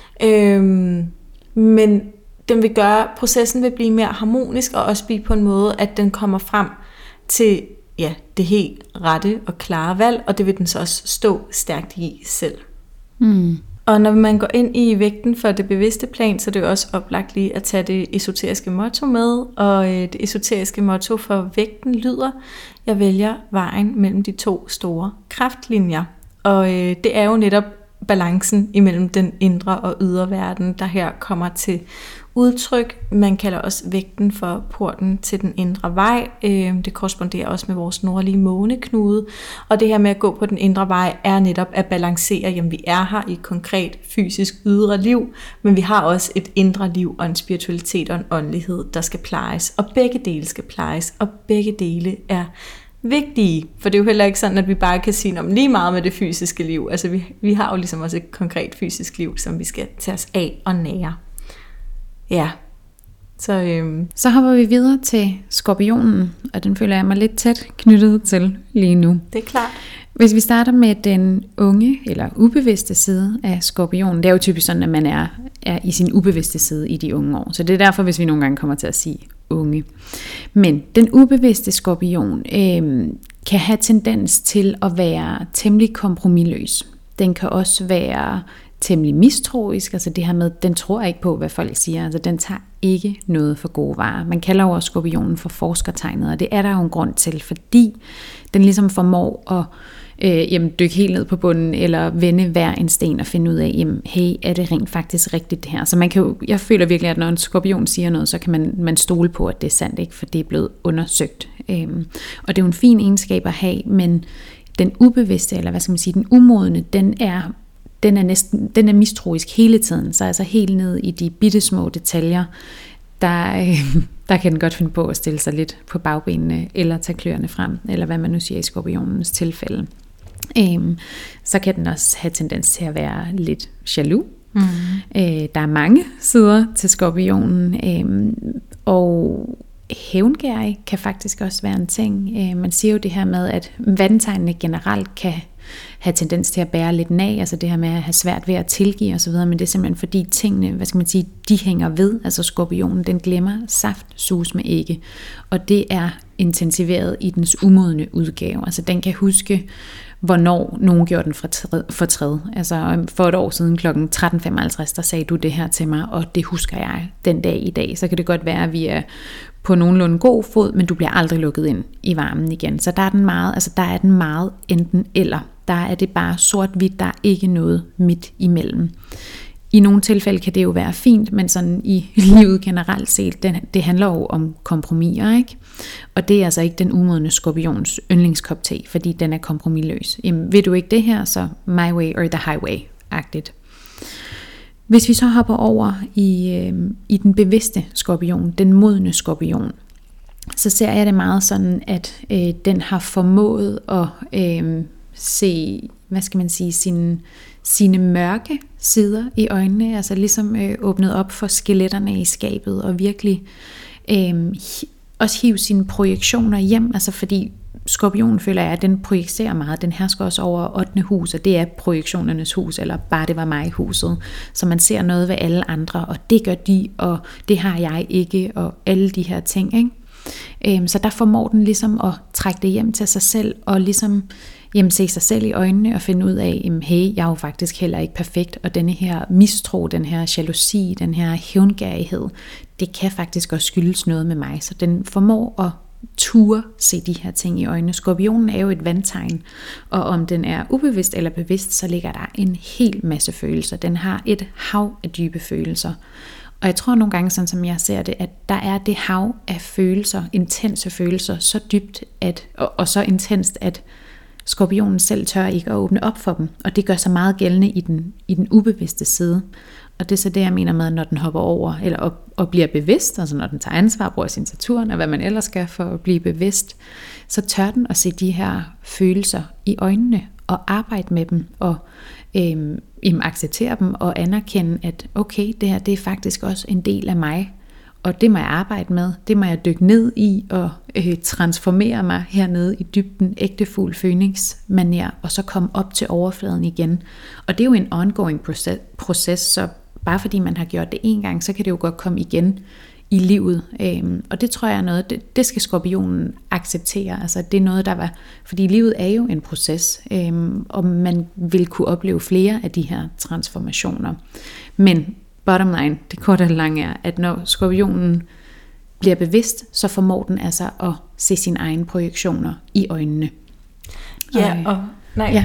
Øhm, men den vil gøre, processen vil blive mere harmonisk og også blive på en måde, at den kommer frem til ja, det helt rette og klare valg, og det vil den så også stå stærkt i selv. Mm. Og når man går ind i vægten for det bevidste plan, så er det jo også oplagt lige at tage det esoteriske motto med, og det esoteriske motto for vægten lyder, jeg vælger vejen mellem de to store kraftlinjer. Og det er jo netop balancen imellem den indre og ydre verden, der her kommer til udtryk. Man kalder også vægten for porten til den indre vej. Det korresponderer også med vores nordlige måneknude. Og det her med at gå på den indre vej er netop at balancere, jamen vi er her i et konkret fysisk ydre liv, men vi har også et indre liv og en spiritualitet og en åndelighed, der skal plejes. Og begge dele skal plejes, og begge dele er vigtige, for det er jo heller ikke sådan, at vi bare kan sige om lige meget med det fysiske liv. Altså vi, vi har jo ligesom også et konkret fysisk liv, som vi skal tage os af og nære. Ja. Så, øhm. Så hopper vi videre til skorpionen, og den føler jeg mig lidt tæt knyttet til lige nu. Det er klart. Hvis vi starter med den unge eller ubevidste side af skorpionen, det er jo typisk sådan, at man er, er i sin ubevidste side i de unge år. Så det er derfor, hvis vi nogle gange kommer til at sige unge. Men den ubevidste skorpion øh, kan have tendens til at være temmelig kompromisløs. Den kan også være temmelig mistroisk, altså det her med, den tror ikke på, hvad folk siger. Altså den tager ikke noget for gode varer. Man kalder jo skorpionen for forskertegnet, og det er der jo en grund til, fordi den ligesom formår at øh, jamen, dykke helt ned på bunden, eller vende hver en sten og finde ud af, jamen, hey, er det rent faktisk rigtigt det her? Så man kan jo, jeg føler virkelig, at når en skorpion siger noget, så kan man, man stole på, at det er sandt, ikke? For det er blevet undersøgt. Øhm, og det er jo en fin egenskab at have, men den ubevidste, eller hvad skal man sige, den umodne, den er, den er næsten, den er mistroisk hele tiden, så altså helt ned i de bittesmå detaljer, der, øh, der kan den godt finde på at stille sig lidt på bagbenene, eller tage kløerne frem, eller hvad man nu siger i skorpionens tilfælde. Øhm, så kan den også have tendens til at være lidt jaloux. Mm. Øh, der er mange sider til skorpionen, øh, og hævngærig kan faktisk også være en ting. Øh, man siger jo det her med, at vandtegnene generelt kan have tendens til at bære lidt nag, altså det her med at have svært ved at tilgive osv., men det er simpelthen fordi tingene, hvad skal man sige, de hænger ved, altså skorpionen, den glemmer saft, sus med ikke, og det er intensiveret i dens umodne udgave, altså den kan huske, hvornår nogen gjorde den fortræd. Altså for et år siden klokken tretten femoghalvtreds, der sagde du det her til mig, og det husker jeg den dag i dag. Så kan det godt være, at vi er på nogenlunde god fod, men du bliver aldrig lukket ind i varmen igen. Så der er den meget, altså der er den meget enten eller. Der er det bare sort-hvidt, der er ikke noget midt imellem. I nogle tilfælde kan det jo være fint, men sådan i livet generelt set, det, det handler jo om kompromiser, ikke? Og det er altså ikke den umodne skorpions yndlingskop te, fordi den er kompromisløs. Jamen, vil du ikke det her, så my way or the highway-agtigt. Hvis vi så hopper over i, øh, i den bevidste skorpion, den modne skorpion, så ser jeg det meget sådan, at øh, den har formået at øh, se, hvad skal man sige, sine, sine mørke sider i øjnene, altså ligesom øh, åbnet op for skeletterne i skabet, og virkelig øh, også hive sine projektioner hjem, altså fordi skorpionen føler jeg, at den projicerer meget, den hersker også over ottende hus, og det er projektionernes hus, eller bare det var mig i huset, så man ser noget ved alle andre, og det gør de, og det har jeg ikke, og alle de her ting, ikke? Øhm, så der formår den ligesom at trække det hjem til sig selv, og ligesom jamen, se sig selv i øjnene, og finde ud af, jamen, hey, jeg er jo faktisk heller ikke perfekt, og denne her mistro, den her jalousi, den her hævngærighed, det kan faktisk også skyldes noget med mig, så den formår at ture se de her ting i øjnene. Skorpionen er jo et vandtegn, og om den er ubevidst eller bevidst, så ligger der en hel masse følelser. Den har et hav af dybe følelser. Og jeg tror nogle gange, sådan som jeg ser det, at der er det hav af følelser, intense følelser, så dybt at, og, og så intenst, at skorpionen selv tør ikke at åbne op for dem. Og det gør sig meget gældende i den, i den ubevidste side. Og det er så det, jeg mener med, når den hopper over, eller op, og bliver bevidst, altså når den tager ansvar, bruger sin Saturn, og hvad man ellers skal for at blive bevidst, så tør den at se de her følelser i øjnene, og arbejde med dem, og øhm, jamen, acceptere dem, og anerkende, at okay, det her, det er faktisk også en del af mig, og det må jeg arbejde med, det må jeg dykke ned i, og øh, transformere mig hernede i dybden, ægtefuld Phoenix-manér, og så komme op til overfladen igen. Og det er jo en ongoing proces, proces, så bare fordi man har gjort det en gang, så kan det jo godt komme igen i livet. Øhm, og det tror jeg er noget, det, det skal skorpionen acceptere. Altså det er noget, der var, fordi livet er jo en proces, øhm, og man vil kunne opleve flere af de her transformationer. Men bottom line, det korte og lange er, at når skorpionen bliver bevidst, så formår den altså at se sine egne projektioner i øjnene. Ja, og nej. Ja,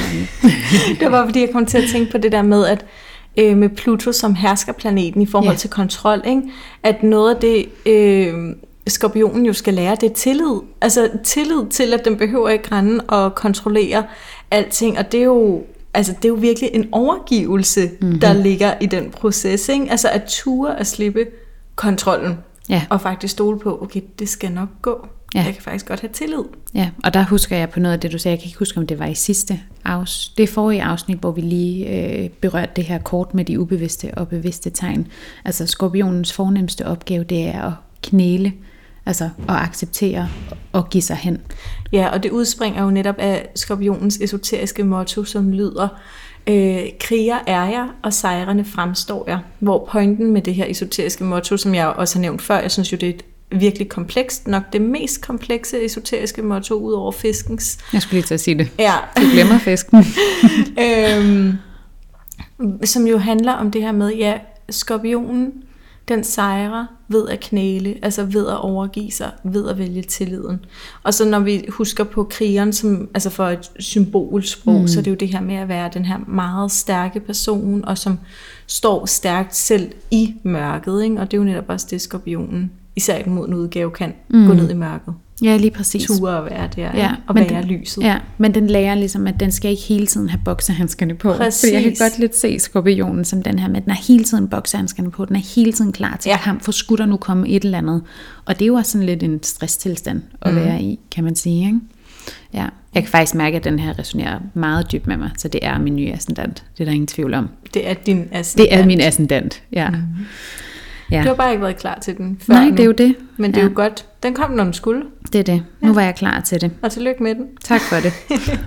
det var fordi, jeg kom til at tænke på det der med, at øh, med Pluto som herskerplaneten i forhold ja. til kontrol, ikke? At noget af det, øh, skorpionen jo skal lære, det er tillid. Altså tillid til, at den behøver ikke rende og kontrollere alting, og det er jo altså det er jo virkelig en overgivelse, mm-hmm. der ligger i den proces, ikke? Altså at ture at slippe kontrollen, ja. Og faktisk stole på, okay, det skal nok gå. Ja. Jeg kan faktisk godt have tillid. Ja, og der husker jeg på noget af det, du sagde. Jeg kan ikke huske, om det var i sidste afsnit. Det forrige afsnit, hvor vi lige øh, berørte det her kort med de ubevidste og bevidste tegn. Altså skorpionens fornemmeste opgave, det er at knæle, altså at acceptere og give sig hen. Ja, og det udspringer jo netop af skorpionens esoteriske motto, som lyder, øh, kriger er jeg, og sejrene fremstår jeg. Hvor pointen med det her esoteriske motto, som jeg også har nævnt før, jeg synes jo, det er et virkelig komplekst, nok det mest komplekse esoteriske motto ud over fiskens. Jeg skulle lige til at sige det. Ja. Du glemmer fisken. øhm, som jo handler om det her med, ja, skorpionen, den sejrer ved at knæle, altså ved at overgive sig, ved at vælge tilliden. Og så når vi husker på krigeren, som, altså for et symbolsprog, mm. så er det jo det her med at være den her meget stærke person, og som står stærkt selv i mørket, ikke? Og det er jo netop også det, skorpionen, især i den modne udgave, kan mm. gå ned i mørket. Ja, lige præcis. Ture at være der, ja, og være den, lyset. Ja, men den lærer ligesom, at den skal ikke hele tiden have boksehandskerne på. Præcis. Fordi jeg kan godt lidt se skorpionen som den her med, at den har hele tiden boksehandskerne på, den er hele tiden klar til ja. kamp, for skulle der nu komme et eller andet. Og det er jo også sådan lidt en stresstilstand at mm. være i, kan man sige, ikke? Ja, jeg kan faktisk mærke, at den her resonerer meget dybt med mig, så det er min nye ascendant. Det er der ingen tvivl om. Det er din ascendant. Det er min ascendant, ja. Mm. Ja. Du har bare ikke været klar til den før. Nej, nu. det er jo det. Men det er ja. jo godt. Den kom, når den skulle. Det er det. Nu ja. var jeg klar til det. Og tillykke med den. Tak for det.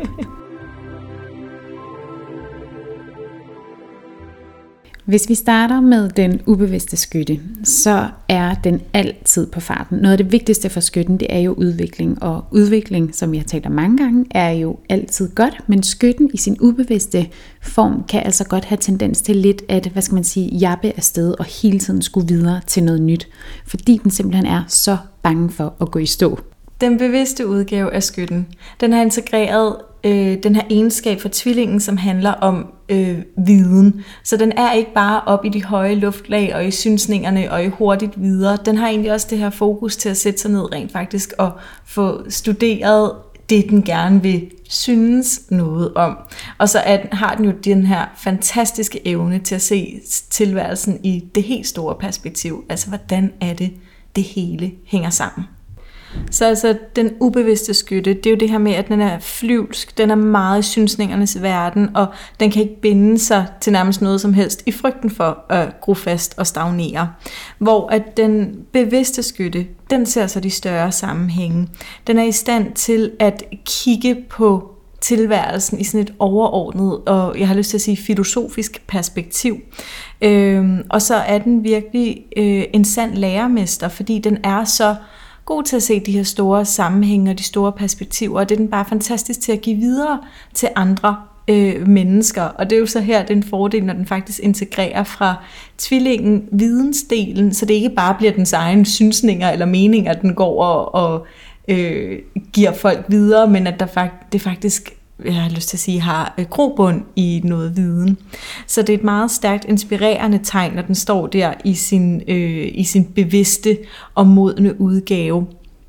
Hvis vi starter med den ubevidste skytte, så er den altid på farten. Noget af det vigtigste for skytten, det er jo udvikling. Og udvikling, som jeg har talt om mange gange, er jo altid godt. Men skytten i sin ubevidste form kan altså godt have tendens til lidt at, hvad skal man sige, jappe afsted og hele tiden skulle videre til noget nyt. Fordi den simpelthen er så bange for at gå i stå. Den bevidste udgave af skytten, den har integreret øh, den her egenskab for tvillingen, som handler om øh, viden. Så den er ikke bare op i de høje luftlag og i synsningerne og i hurtigt videre. Den har egentlig også det her fokus til at sætte sig ned rent faktisk og få studeret det, den gerne vil synes noget om. Og så er, har den jo den her fantastiske evne til at se tilværelsen i det helt store perspektiv. Altså, hvordan er det, det hele hænger sammen. Så altså den ubevidste skytte, det er jo det her med, at den er flyvsk, den er meget i synsningernes verden, og den kan ikke binde sig til nærmest noget som helst i frygten for at gro fast og stagnere. Hvor at den bevidste skytte, den ser så de større sammenhænge. Den er i stand til at kigge på tilværelsen i sådan et overordnet, og jeg har lyst til at sige filosofisk perspektiv. Øhm, og så er den virkelig øh, en sand lærermester, fordi den er så god til at se de her store sammenhænge og de store perspektiver, og det er den bare fantastisk til at give videre til andre øh, mennesker. Og det er jo så her, det er en fordel, når den faktisk integrerer fra tvillingen vidensdelen, så det ikke bare bliver dens egen synsninger eller meninger, den går og, og øh, giver folk videre, men at der fakt, det faktisk, jeg har lyst til at sige, har øh, grobund i noget viden. Så det er et meget stærkt inspirerende tegn, når den står der i sin, øh, i sin bevidste og modne udgave.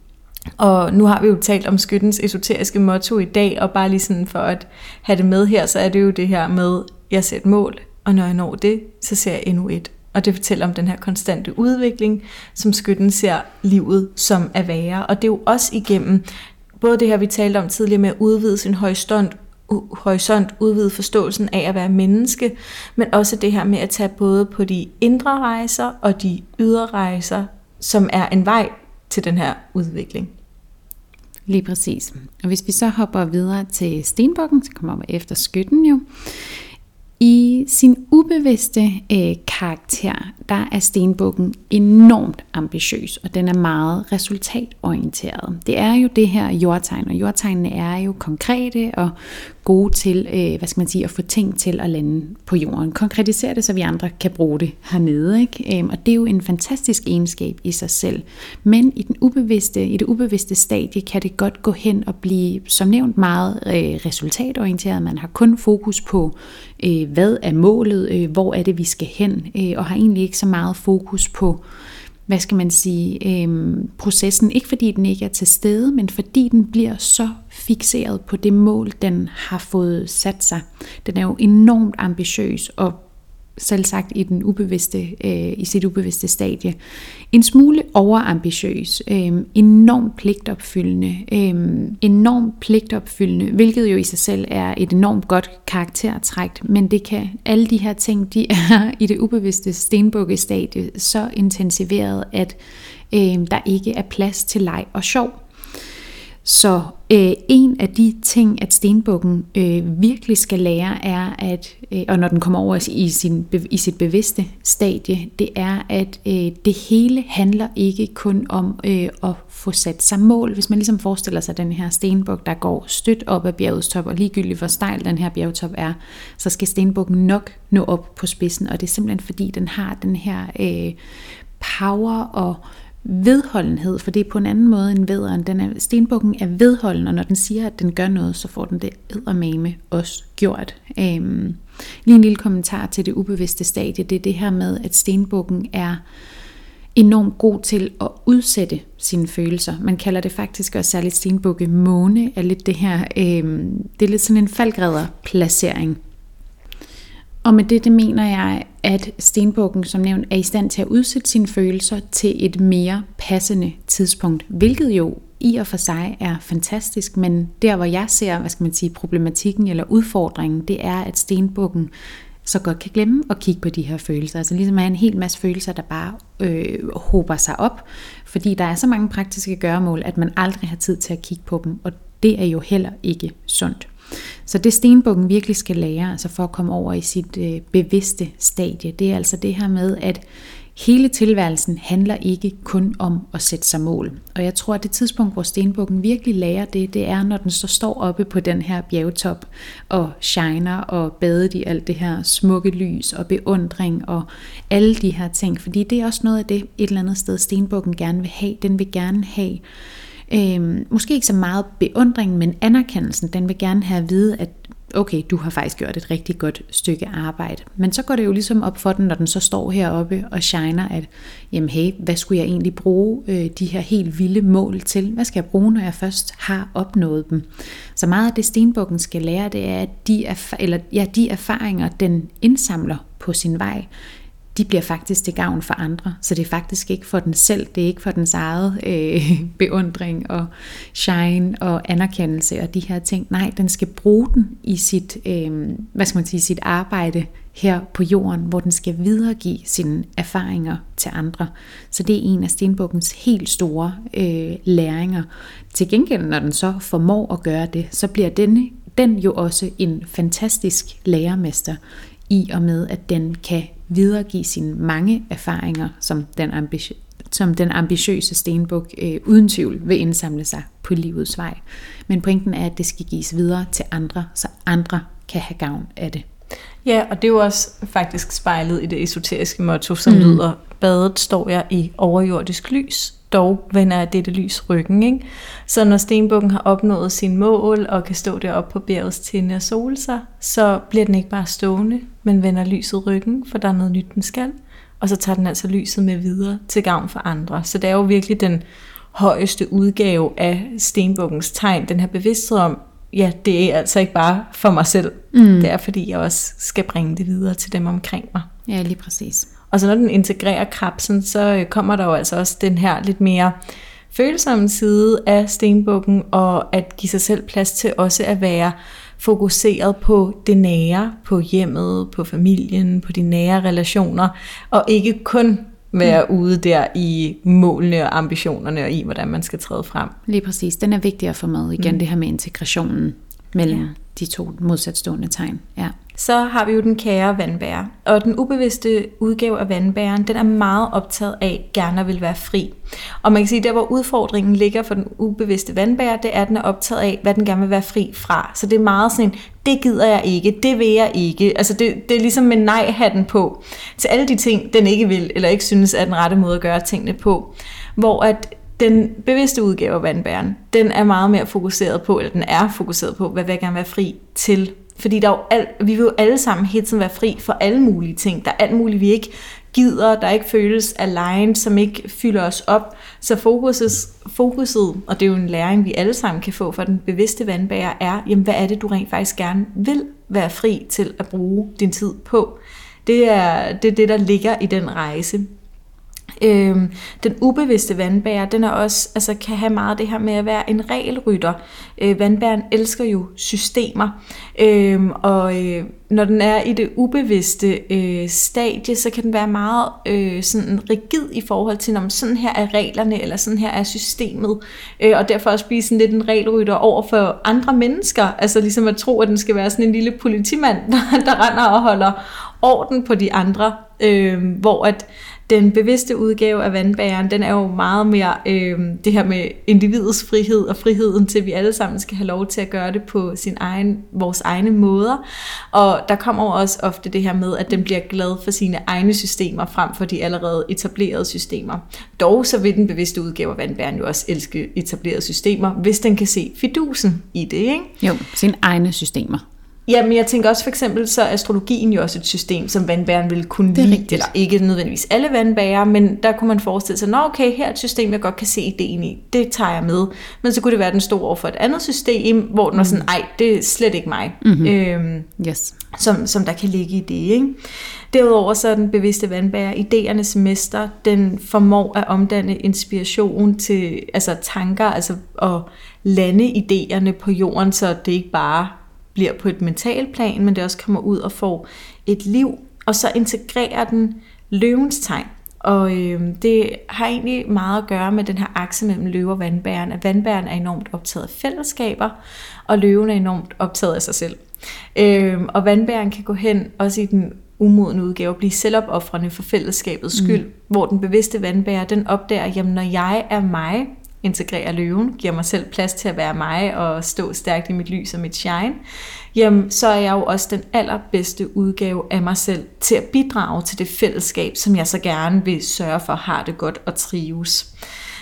Og nu har vi jo talt om skyttens esoteriske motto i dag, og bare lige sådan for at have det med her, så er det jo det her med, jeg sætter mål, og når jeg når det, så ser jeg endnu et. Og det fortæller om den her konstante udvikling, som skytten ser livet som at være. Og det er jo også igennem både det her, vi talte om tidligere med at udvide sin horisont, horisont, udvide forståelsen af at være menneske, men også det her med at tage både på de indre rejser og de ydre rejser, som er en vej til den her udvikling. Lige præcis. Og hvis vi så hopper videre til stenbukken, så kommer vi efter skytten jo. I sin ubevidste øh, karakter, der er stenbukken enormt ambitiøs, og den er meget resultatorienteret. Det er jo det her jordtegn, og jordtegnene er jo konkrete og gode til, øh, hvad skal man sige, at få ting til at lande på jorden. Konkretisere det, så vi andre kan bruge det hernede, ikke? Øhm, og det er jo en fantastisk egenskab i sig selv. Men i, den ubevidste, i det ubevidste stadie kan det godt gå hen og blive, som nævnt, meget øh, resultatorienteret. Man har kun fokus på, øh, hvad er målet, øh, hvor er det, vi skal hen, øh, og har egentlig ikke så meget fokus på, hvad skal man sige, øh, processen. Ikke fordi den ikke er til stede, men fordi den bliver så fikseret på det mål, den har fået sat sig. Den er jo enormt ambitiøs og selv sagt i den ubevidste, øh, i sit ubevidste stadie. En smule overambitiøs, øh, enormt pligtopfyldende, øh, enormt pligtopfyldende, hvilket jo i sig selv er et enormt godt karaktertræk, men det kan, alle de her ting, de er i det ubevidste stenbukkestadie så intensiveret, at øh, der ikke er plads til leg og sjov. Så øh, en af de ting, at stenbukken øh, virkelig skal lære, er, at, øh, og når den kommer over i, sin, i sit bevidste stadie, det er, at øh, det hele handler ikke kun om øh, at få sat sig mål. Hvis man ligesom forestiller sig den her stenbuk, der går stødt op ad bjergets top, og ligegyldigt hvor stejl den her bjergtop er, så skal stenbukken nok nå op på spidsen, og det er simpelthen fordi, den har den her øh, power og vedholdenhed, for det er på en anden måde end vædderen. Den er, stenbukken er vedholden, og når den siger, at den gør noget, så får den det eddermame også gjort. Øhm, lige en lille kommentar til det ubevidste stadie, det er det her med, at stenbukken er enormt god til at udsætte sine følelser. Man kalder det faktisk også særligt stenbukke måne, er lidt det her, øhm, det er lidt sådan en faldgræderplacering. Og med det, det mener jeg, at stenbukken, som nævnt, er i stand til at udsætte sine følelser til et mere passende tidspunkt, hvilket jo i og for sig er fantastisk, men der, hvor jeg ser, hvad skal man sige, problematikken eller udfordringen, det er, at stenbukken så godt kan glemme at kigge på de her følelser. Altså ligesom at have en hel masse følelser, der bare øh, hober sig op, fordi der er så mange praktiske gøremål, at man aldrig har tid til at kigge på dem, og det er jo heller ikke sundt. Så det stenbukken virkelig skal lære, altså for at komme over i sit øh, bevidste stadie, det er altså det her med, at hele tilværelsen handler ikke kun om at sætte sig mål. Og jeg tror, at det tidspunkt, hvor stenbukken virkelig lærer det, det er, når den så står oppe på den her bjergtop og shiner og badet i alt det her smukke lys og beundring og alle de her ting. Fordi det er også noget af det, et eller andet sted stenbukken gerne vil have. Den vil gerne have Øhm, måske ikke så meget beundring, men anerkendelsen. Den vil gerne have at vide, at okay, du har faktisk gjort et rigtig godt stykke arbejde. Men så går det jo ligesom op for den, når den så står heroppe og shiner, at jamen hey, hvad skulle jeg egentlig bruge øh, de her helt vilde mål til? Hvad skal jeg bruge, når jeg først har opnået dem? Så meget af det stenbukken skal lære, det er, at de, erf- eller, ja, de erfaringer, den indsamler på sin vej, de bliver faktisk til gavn for andre, så det er faktisk ikke for den selv, det er ikke for dens eget øh, beundring og shine og anerkendelse og de her ting. Nej, den skal bruge den i sit, øh, hvad skal man sige, sit arbejde her på jorden, hvor den skal videregive sine erfaringer til andre. Så det er en af stenbukkens helt store øh, læringer. Til gengæld, når den så formår at gøre det, så bliver denne, den jo også en fantastisk lærermester, i og med, at den kan videregive sine mange erfaringer, som den, ambi- som den ambitiøse stenbuk øh, uden tvivl vil indsamle sig på livets vej. Men pointen er, at det skal gives videre til andre, så andre kan have gavn af det. Ja, og det er jo også faktisk spejlet i det esoteriske motto, som mm. lyder, badet står jeg i overjordisk lys, dog vender jeg dette lys ryggen. Ikke? Så når stenbukken har opnået sin mål og kan stå deroppe på bjergets tinde og sole sig, så bliver den ikke bare stående, men vender lyset ryggen, for der er noget nyt, den skal. Og så tager den altså lyset med videre til gavn for andre. Så det er jo virkelig den højeste udgave af stenbukkens tegn, den her bevidsthed om, ja, det er altså ikke bare for mig selv. Mm. Det er, fordi jeg også skal bringe det videre til dem omkring mig. Ja, lige præcis. Og så når den integrerer krabsen, så kommer der jo altså også den her lidt mere følsomme side af stenbukken, og at give sig selv plads til også at være fokuseret på det nære, på hjemmet, på familien, på de nære relationer, og ikke kun være mm. ude der i målene og ambitionerne, og i hvordan man skal træde frem. Lige præcis. Den er vigtig at få med igen, mm. det her med integrationen mellem ja. de to modsatstående tegn. Ja. Så har vi jo den kære vandbærer, og den ubevidste udgave af vandbæren, den er meget optaget af gerne at vil være fri. Og man kan sige, der hvor udfordringen ligger for den ubevidste vandbærer, det er, at den er optaget af, hvad den gerne vil være fri fra. Så det er meget sådan, det gider jeg ikke, det vil jeg ikke. Altså det, det er ligesom med nej-hatten på, til alle de ting, den ikke vil, eller ikke synes er den rette måde at gøre tingene på. Hvor at den bevidste udgave af vandbæren, den er meget mere fokuseret på, eller den er fokuseret på, hvad vil jeg gerne være fri til. Fordi der er jo al, vi vil jo alle sammen hele tiden være fri for alle mulige ting. Der er alt muligt, vi ikke gider, der ikke føles aligned, som ikke fylder os op. Så fokuset, fokuset, og det er jo en læring, vi alle sammen kan få fra den bevidste vandbærer, er, jamen hvad er det, du rent faktisk gerne vil være fri til at bruge din tid på? Det er det, er det der ligger i den rejse. Øhm, den ubevidste vandbærer, den er også, altså kan have meget det her med at være en regelrytter. Øh, vandbæren elsker jo systemer, øhm, og øh, når den er i det ubevidste øh, stadie, så kan den være meget øh, sådan rigid i forhold til, om sådan her er reglerne, eller sådan her er systemet, øh, og derfor også blive sådan lidt en regelrytter over for andre mennesker, altså ligesom at tro, at den skal være sådan en lille politimand, der, der render og holder orden på de andre, øh, hvor at den bevidste udgave af vandbæreren, den er jo meget mere øh, det her med individets frihed og friheden til, at vi alle sammen skal have lov til at gøre det på sin egen, vores egne måder. Og der kommer også ofte det her med, at den bliver glad for sine egne systemer frem for de allerede etablerede systemer. Dog så vil den bevidste udgave af vandbæreren jo også elske etablerede systemer, hvis den kan se fidusen i det, ikke? Jo, sine egne systemer. Ja, men jeg tænker også for eksempel, så er astrologien jo også et system, som vandbæren ville kunne lide, rigtigt. eller ikke nødvendigvis alle vandbærer, men der kunne man forestille sig, nå okay, her er et system, jeg godt kan se ideen i, det tager jeg med. Men så kunne det være, den stod over for et andet system, hvor den var sådan, ej, det er slet ikke mig, mm-hmm. øhm, yes. som, som der kan ligge i det, ikke? Derudover så er den bevidste vandbærer idéernes mester, den formår at omdanne inspiration til altså tanker, altså at lande idéerne på jorden, så det ikke bare bliver på et mentalt plan, men det også kommer ud og får et liv, og så integrerer den løvens tegn. Og øh, det har egentlig meget at gøre med den her akse mellem løve og vandbæren, at vandbæren er enormt optaget af fællesskaber, og løven er enormt optaget af sig selv. Øh, og vandbæren kan gå hen, også i den umodne udgave, og blive selvopoffrende for fællesskabets skyld, mm. hvor den bevidste vandbærer, den opdager, jamen når jeg er mig, integrerer løven, giver mig selv plads til at være mig og stå stærkt i mit lys og mit shine, jamen så er jeg jo også den allerbedste udgave af mig selv til at bidrage til det fællesskab, som jeg så gerne vil sørge for har det godt og trives.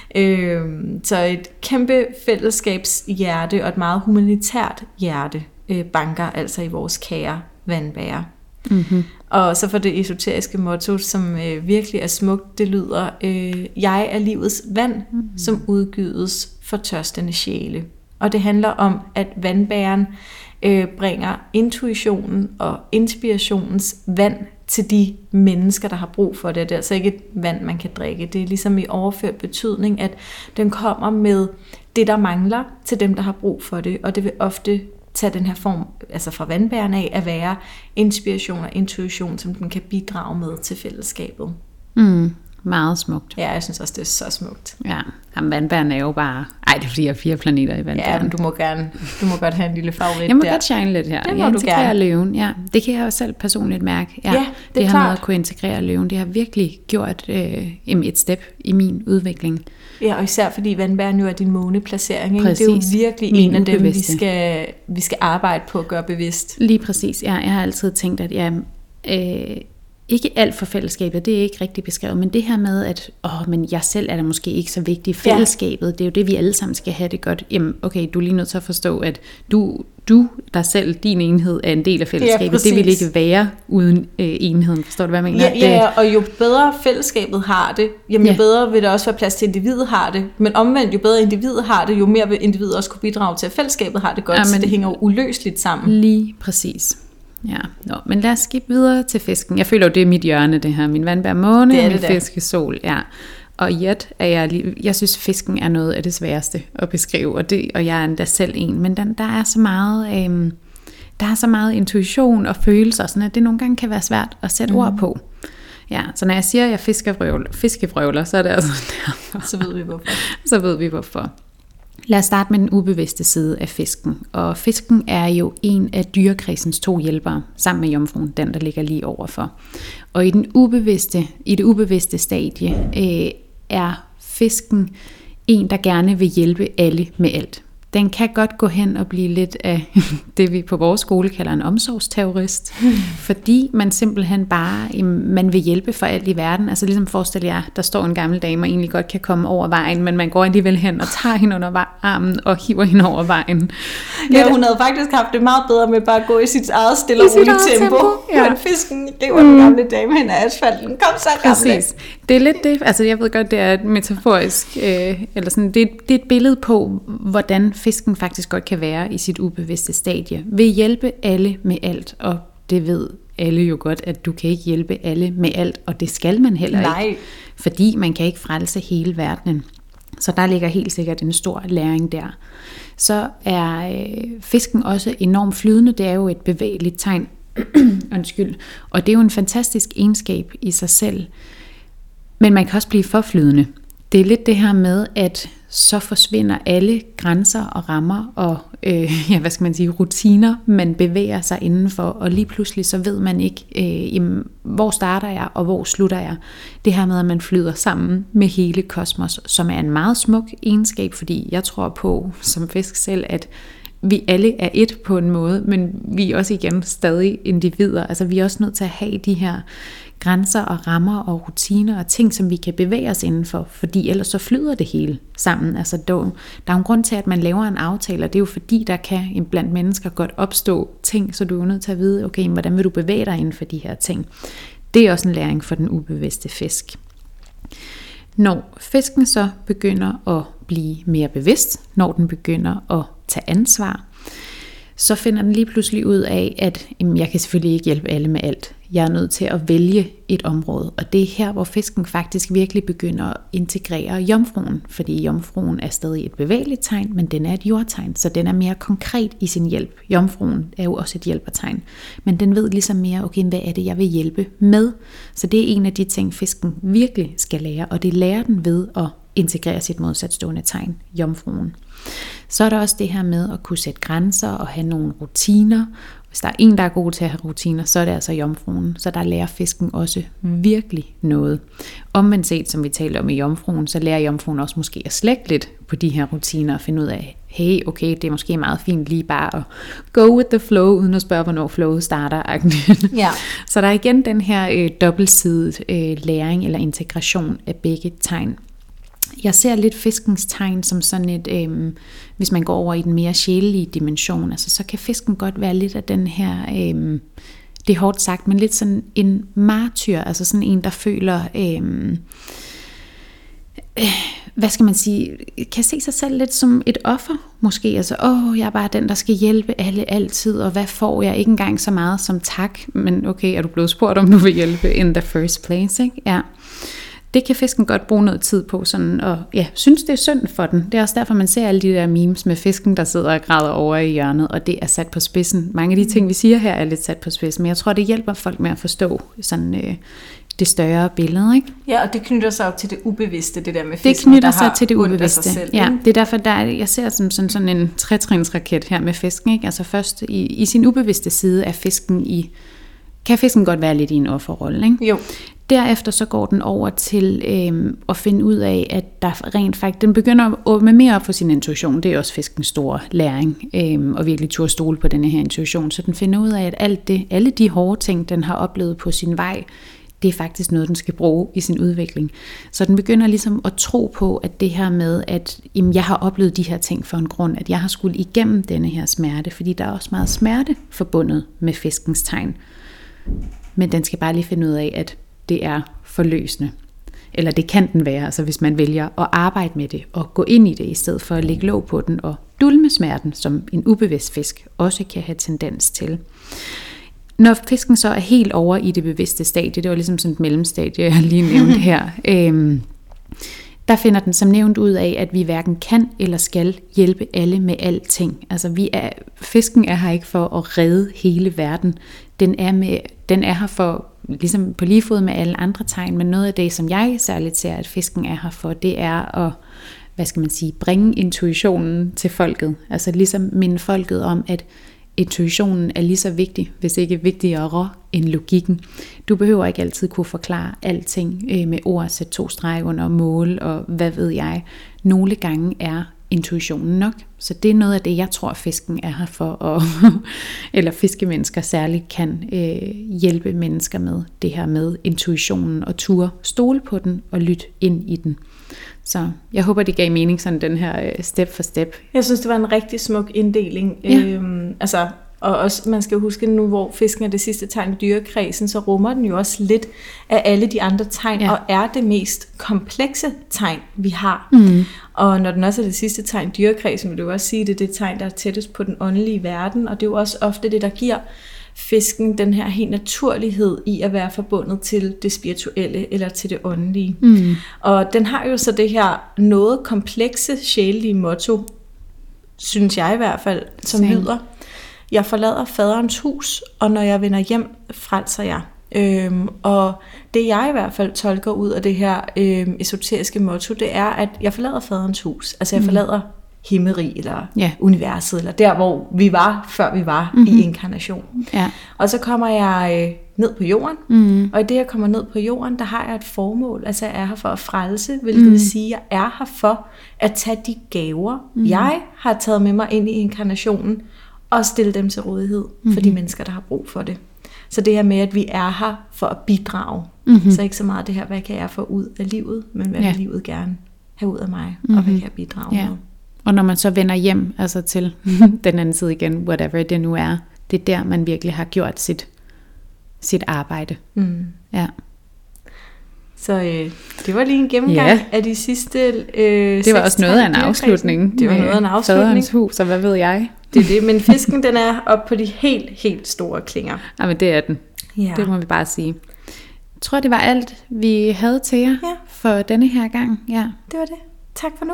Øh, så et kæmpe fællesskabshjerte og et meget humanitært hjerte øh, banker altså i vores kære vandbærer. Mm-hmm. Og så for det esoteriske motto, som øh, virkelig er smukt, det lyder, øh, jeg er livets vand, mm-hmm. som udgydes for tørstende sjæle. Og det handler om, at vandbæren øh, bringer intuitionen og inspirationens vand til de mennesker, der har brug for det. Det er altså ikke et vand, man kan drikke. Det er ligesom i overført betydning, at den kommer med det, der mangler til dem, der har brug for det. Og det vil ofte tage den her form, altså fra vandbæren af, at være inspiration og intuition, som den kan bidrage med til fællesskabet. Mm, meget smukt. Ja, jeg synes også, det er så smukt. Ja, jamen, vandbæren er jo bare... Ej, det er fordi, jeg har fire planeter i vandbæren. Ja, men du må gerne, du må godt have en lille favorit der. Jeg må der. godt shine lidt her. Det må jeg du gerne. Løven, ja. Det kan jeg jo selv personligt mærke. Ja, ja det, det er her klart. med at kunne integrere løven, det har virkelig gjort øh, et step i min udvikling. Ja, og især fordi vandbæren jo er din måneplacering. Ikke? Præcis. Det er jo virkelig min en af dem, vi ubevidste. skal, vi skal arbejde på at gøre bevidst. Lige præcis. Ja, jeg har altid tænkt, at jeg... Øh, ikke alt for fællesskabet, det er ikke rigtig beskrevet, men det her med, at åh, men jeg selv er da måske ikke så vigtig. Fællesskabet, ja. Det er jo det, vi alle sammen skal have det godt. Jamen, okay, du er lige nødt til at forstå, at du, du der selv, din enhed, er en del af fællesskabet. Ja, det vil ikke være uden øh, enheden. Forstår du, hvad jeg mener? Ja, ja, og jo bedre fællesskabet har det, jamen, jo ja. bedre vil der også være plads til, at individet har det. Men omvendt, jo bedre individet har det, jo mere vil individet også kunne bidrage til, at fællesskabet har det godt. Ja, men, så det hænger jo uløseligt sammen. Lige præcis. Ja, nå, men lad os skifte videre til fisken. Jeg føler jo, det er mit hjørne, det her. Min vandbær måne og min fiskesol. Ja. Og yet er jeg, jeg synes, fisken er noget af det sværeste at beskrive, og, det, og jeg er endda selv en. Men den, der er så meget, øhm, der er så meget intuition og følelser, sådan at det nogle gange kan være svært at sætte mm. ord på. Ja, så når jeg siger, at jeg fiskefrøvler, fiskefrøvler, så er det altså derfor. Så ved vi hvorfor. Så ved vi hvorfor. Lad os starte med den ubevidste side af fisken. Og fisken er jo en af dyrekredsens to hjælpere, sammen med jomfruen, den der ligger lige overfor. Og i, den ubevidste, i det ubevidste stadie øh, er fisken en, der gerne vil hjælpe alle med alt. Den kan godt gå hen og blive lidt af det, vi på vores skole kalder en omsorgsterrorist, fordi man simpelthen bare, man vil hjælpe for alt i verden. Altså ligesom forestil jer, der står en gammel dame og egentlig godt kan komme over vejen, men man går alligevel hen og tager hende under armen og hiver hende over vejen. Ja, hun havde faktisk haft det meget bedre med bare at gå i sit eget stille og roligt tempo. tempo. Ja. Men fisken river mm. den gamle dame hen af asfalten. Kom så, gamle. Præcis. Det er lidt det, altså jeg ved godt, det er et metaforisk, øh, eller sådan, det, det er et billede på, hvordan fisken faktisk godt kan være i sit ubevidste stadie. Vil hjælpe alle med alt, og det ved alle jo godt, at du kan ikke hjælpe alle med alt, og det skal man heller Nej. ikke, fordi man kan ikke frelse hele verdenen. Så der ligger helt sikkert en stor læring der. Så er øh, fisken også enormt flydende, det er jo et bevægeligt tegn, undskyld, og det er jo en fantastisk egenskab i sig selv, men man kan også blive for flydende. Det er lidt det her med, at så forsvinder alle grænser og rammer og øh, ja, hvad skal man sige, rutiner, man bevæger sig indenfor, og lige pludselig så ved man ikke, øh, jamen, hvor starter jeg og hvor slutter jeg. Det her med, at man flyder sammen med hele kosmos, som er en meget smuk egenskab, fordi jeg tror på som fisk selv, at vi alle er et på en måde, men vi er også igen stadig individer. Altså vi er også nødt til at have de her grænser og rammer og rutiner og ting, som vi kan bevæge os indenfor, fordi ellers så flyder det hele sammen. Altså der, der er en grund til, at man laver en aftale, og det er jo fordi, der kan blandt mennesker godt opstå ting, så du er nødt til at vide, okay, hvordan vil du bevæge dig inden for de her ting. Det er også en læring for den ubevidste fisk. Når fisken så begynder at blive mere bevidst, når den begynder at tage ansvar, så finder den lige pludselig ud af, at jamen, jeg kan selvfølgelig ikke hjælpe alle med alt. Jeg er nødt til at vælge et område, og det er her, hvor fisken faktisk virkelig begynder at integrere jomfruen, fordi jomfruen er stadig et bevægeligt tegn, men den er et jordtegn, så den er mere konkret i sin hjælp. Jomfruen er jo også et hjælpertegn, men den ved ligesom mere, okay, hvad er det, jeg vil hjælpe med? Så det er en af de ting, fisken virkelig skal lære, og det lærer den ved at integrere sit modsatstående tegn, jomfruen. Så er der også det her med at kunne sætte grænser og have nogle rutiner. Hvis der er en, der er god til at have rutiner, så er det altså jomfruen. Så der lærer fisken også virkelig noget. Omvendt set, som vi talte om i jomfruen, så lærer jomfruen også måske at slække lidt på de her rutiner og finde ud af, hey, okay, det er måske meget fint lige bare at go with the flow, uden at spørge, hvornår flowet starter. Ja. Så der er igen den her øh, dobbeltsidet øh, læring eller integration af begge tegn. Jeg ser lidt fiskens tegn som sådan et, øh, hvis man går over i den mere sjælelige dimension, altså så kan fisken godt være lidt af den her, øh, det er hårdt sagt, men lidt sådan en martyr, altså sådan en, der føler, øh, øh, hvad skal man sige, kan se sig selv lidt som et offer, måske, altså, åh, jeg er bare den, der skal hjælpe alle altid, og hvad får jeg? Ikke engang så meget som tak, men okay, er du blevet spurgt, om du vil hjælpe in the first place, ikke? Ja. Det kan fisken godt bruge noget tid på, sådan, og ja, synes det er synd for den. Det er også derfor, man ser alle de der memes med fisken, der sidder og græder over i hjørnet, og det er sat på spidsen. Mange af de ting, vi siger her, er lidt sat på spidsen, men jeg tror, det hjælper folk med at forstå sådan, øh, det større billede, ikke? Ja, og det knytter sig op til det ubevidste, det der med fisken, det knytter der sig har til det ondt af ubevidste. sig selv. Ja, det er derfor, der er, jeg ser som sådan, sådan en tretrinsraket her med fisken, ikke? Altså først i, i sin ubevidste side er fisken i, kan fisken godt være lidt i en offerrolle, ikke? Jo. Derefter så går den over til øh, at finde ud af, at der rent faktisk, den begynder at åbne mere op for sin intuition. Det er også fiskens store læring, øh, og virkelig turde stole på denne her intuition. Så den finder ud af, at alt det, alle de hårde ting, den har oplevet på sin vej, det er faktisk noget, den skal bruge i sin udvikling. Så den begynder ligesom at tro på, at det her med, at jamen, jeg har oplevet de her ting for en grund, at jeg har skulle igennem denne her smerte, fordi der er også meget smerte forbundet med fiskens tegn. Men den skal bare lige finde ud af, at det er forløsende. Eller det kan den være, altså hvis man vælger at arbejde med det og gå ind i det, i stedet for at lægge låg på den og dulme smerten, som en ubevidst fisk også kan have tendens til. Når fisken så er helt over i det bevidste stadie, det var ligesom sådan et mellemstadie, jeg lige nævnte her, øhm, der finder den som nævnt ud af, at vi hverken kan eller skal hjælpe alle med alting. Altså vi er, fisken er her ikke for at redde hele verden. Den er, med, den er her for, ligesom på lige fod med alle andre tegn, men noget af det, som jeg særligt ser, at fisken er her for, det er at, hvad skal man sige, bringe intuitionen til folket. Altså ligesom minde folket om, at intuitionen er lige så vigtig, hvis ikke vigtigere end logikken. Du behøver ikke altid kunne forklare alting med ord, sætte to streger under mål og hvad ved jeg. Nogle gange er intuitionen nok, så det er noget af det, jeg tror, fisken er her for, at, eller fiskemennesker særligt kan øh, hjælpe mennesker med det her med intuitionen og ture stole på den og lytte ind i den. Så jeg håber, det gav mening, sådan den her step for step. Jeg synes, det var en rigtig smuk inddeling. Ja. Øhm, altså, og også, man skal huske nu, hvor fisken er det sidste tegn i dyrekredsen, så rummer den jo også lidt af alle de andre tegn, ja. Og er det mest komplekse tegn, vi har. Mm. Og når den også er det sidste tegn i dyrekredsen, vil du også sige, det er det tegn, der er tættest på den åndelige verden, og det er jo også ofte det, der giver fisken den her helt naturlighed i at være forbundet til det spirituelle eller til det åndelige. Mm. Og den har jo så det her noget komplekse sjælelige motto, synes jeg i hvert fald, som Same. lyder: jeg forlader faderens hus, og når jeg vender hjem, frelser jeg. Øhm, og det jeg i hvert fald tolker ud af det her øhm, esoteriske motto, det er, at jeg forlader faderens hus. Altså jeg forlader himmerig eller Ja. universet, eller der hvor vi var, før vi var Mhm. i inkarnation. Ja. Og så kommer jeg øh, ned på jorden, Mm. og i det jeg kommer ned på jorden, der har jeg et formål. Altså jeg er her for at frelse, hvilket Mm. vil sige, at jeg er her for at tage de gaver, mm. jeg har taget med mig ind i inkarnationen, og stille dem til rådighed mm. for de mennesker, der har brug for det. Så det her med, at vi er her for at bidrage. Mm-hmm. Så ikke så meget det her, hvad kan jeg få ud af livet, men hvad Ja. vil livet gerne have ud af mig, Mhm. og hvad kan jeg bidrage Ja. med. Og når man så vender hjem, altså til den anden side igen, whatever det nu er, det er der, man virkelig har gjort sit, sit arbejde. Mm. Ja. Så øh, det var lige en gennemgang Ja. af de sidste øh, Det var også noget af en afslutning. Det var noget af en afslutning. Faderens hus, og hvad ved jeg? Det er det, men fisken den er oppe på de helt, helt store klinger. Ja, men det er den. Ja. Det må vi bare sige. Jeg tror, det var alt, vi havde til jer Ja. for denne her gang. Ja. Det var det. Tak for nu.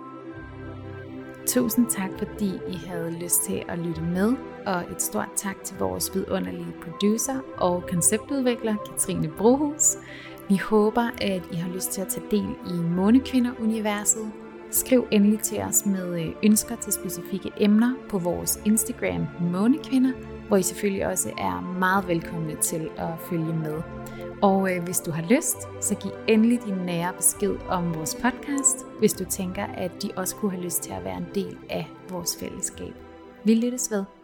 Tusind tak, fordi I havde lyst til at lytte med, og et stort tak til vores vidunderlige producer og konceptudvikler, Katrine Brohus. Vi håber, at I har lyst til at tage del i Månekvinder-universet. Skriv endelig til os med ønsker til specifikke emner på vores Instagram Månekvinder, hvor I selvfølgelig også er meget velkomne til at følge med. Og øh, hvis du har lyst, så giv endelig din nære besked om vores podcast, hvis du tænker, at de også kunne have lyst til at være en del af vores fællesskab. Vi lyttes ved.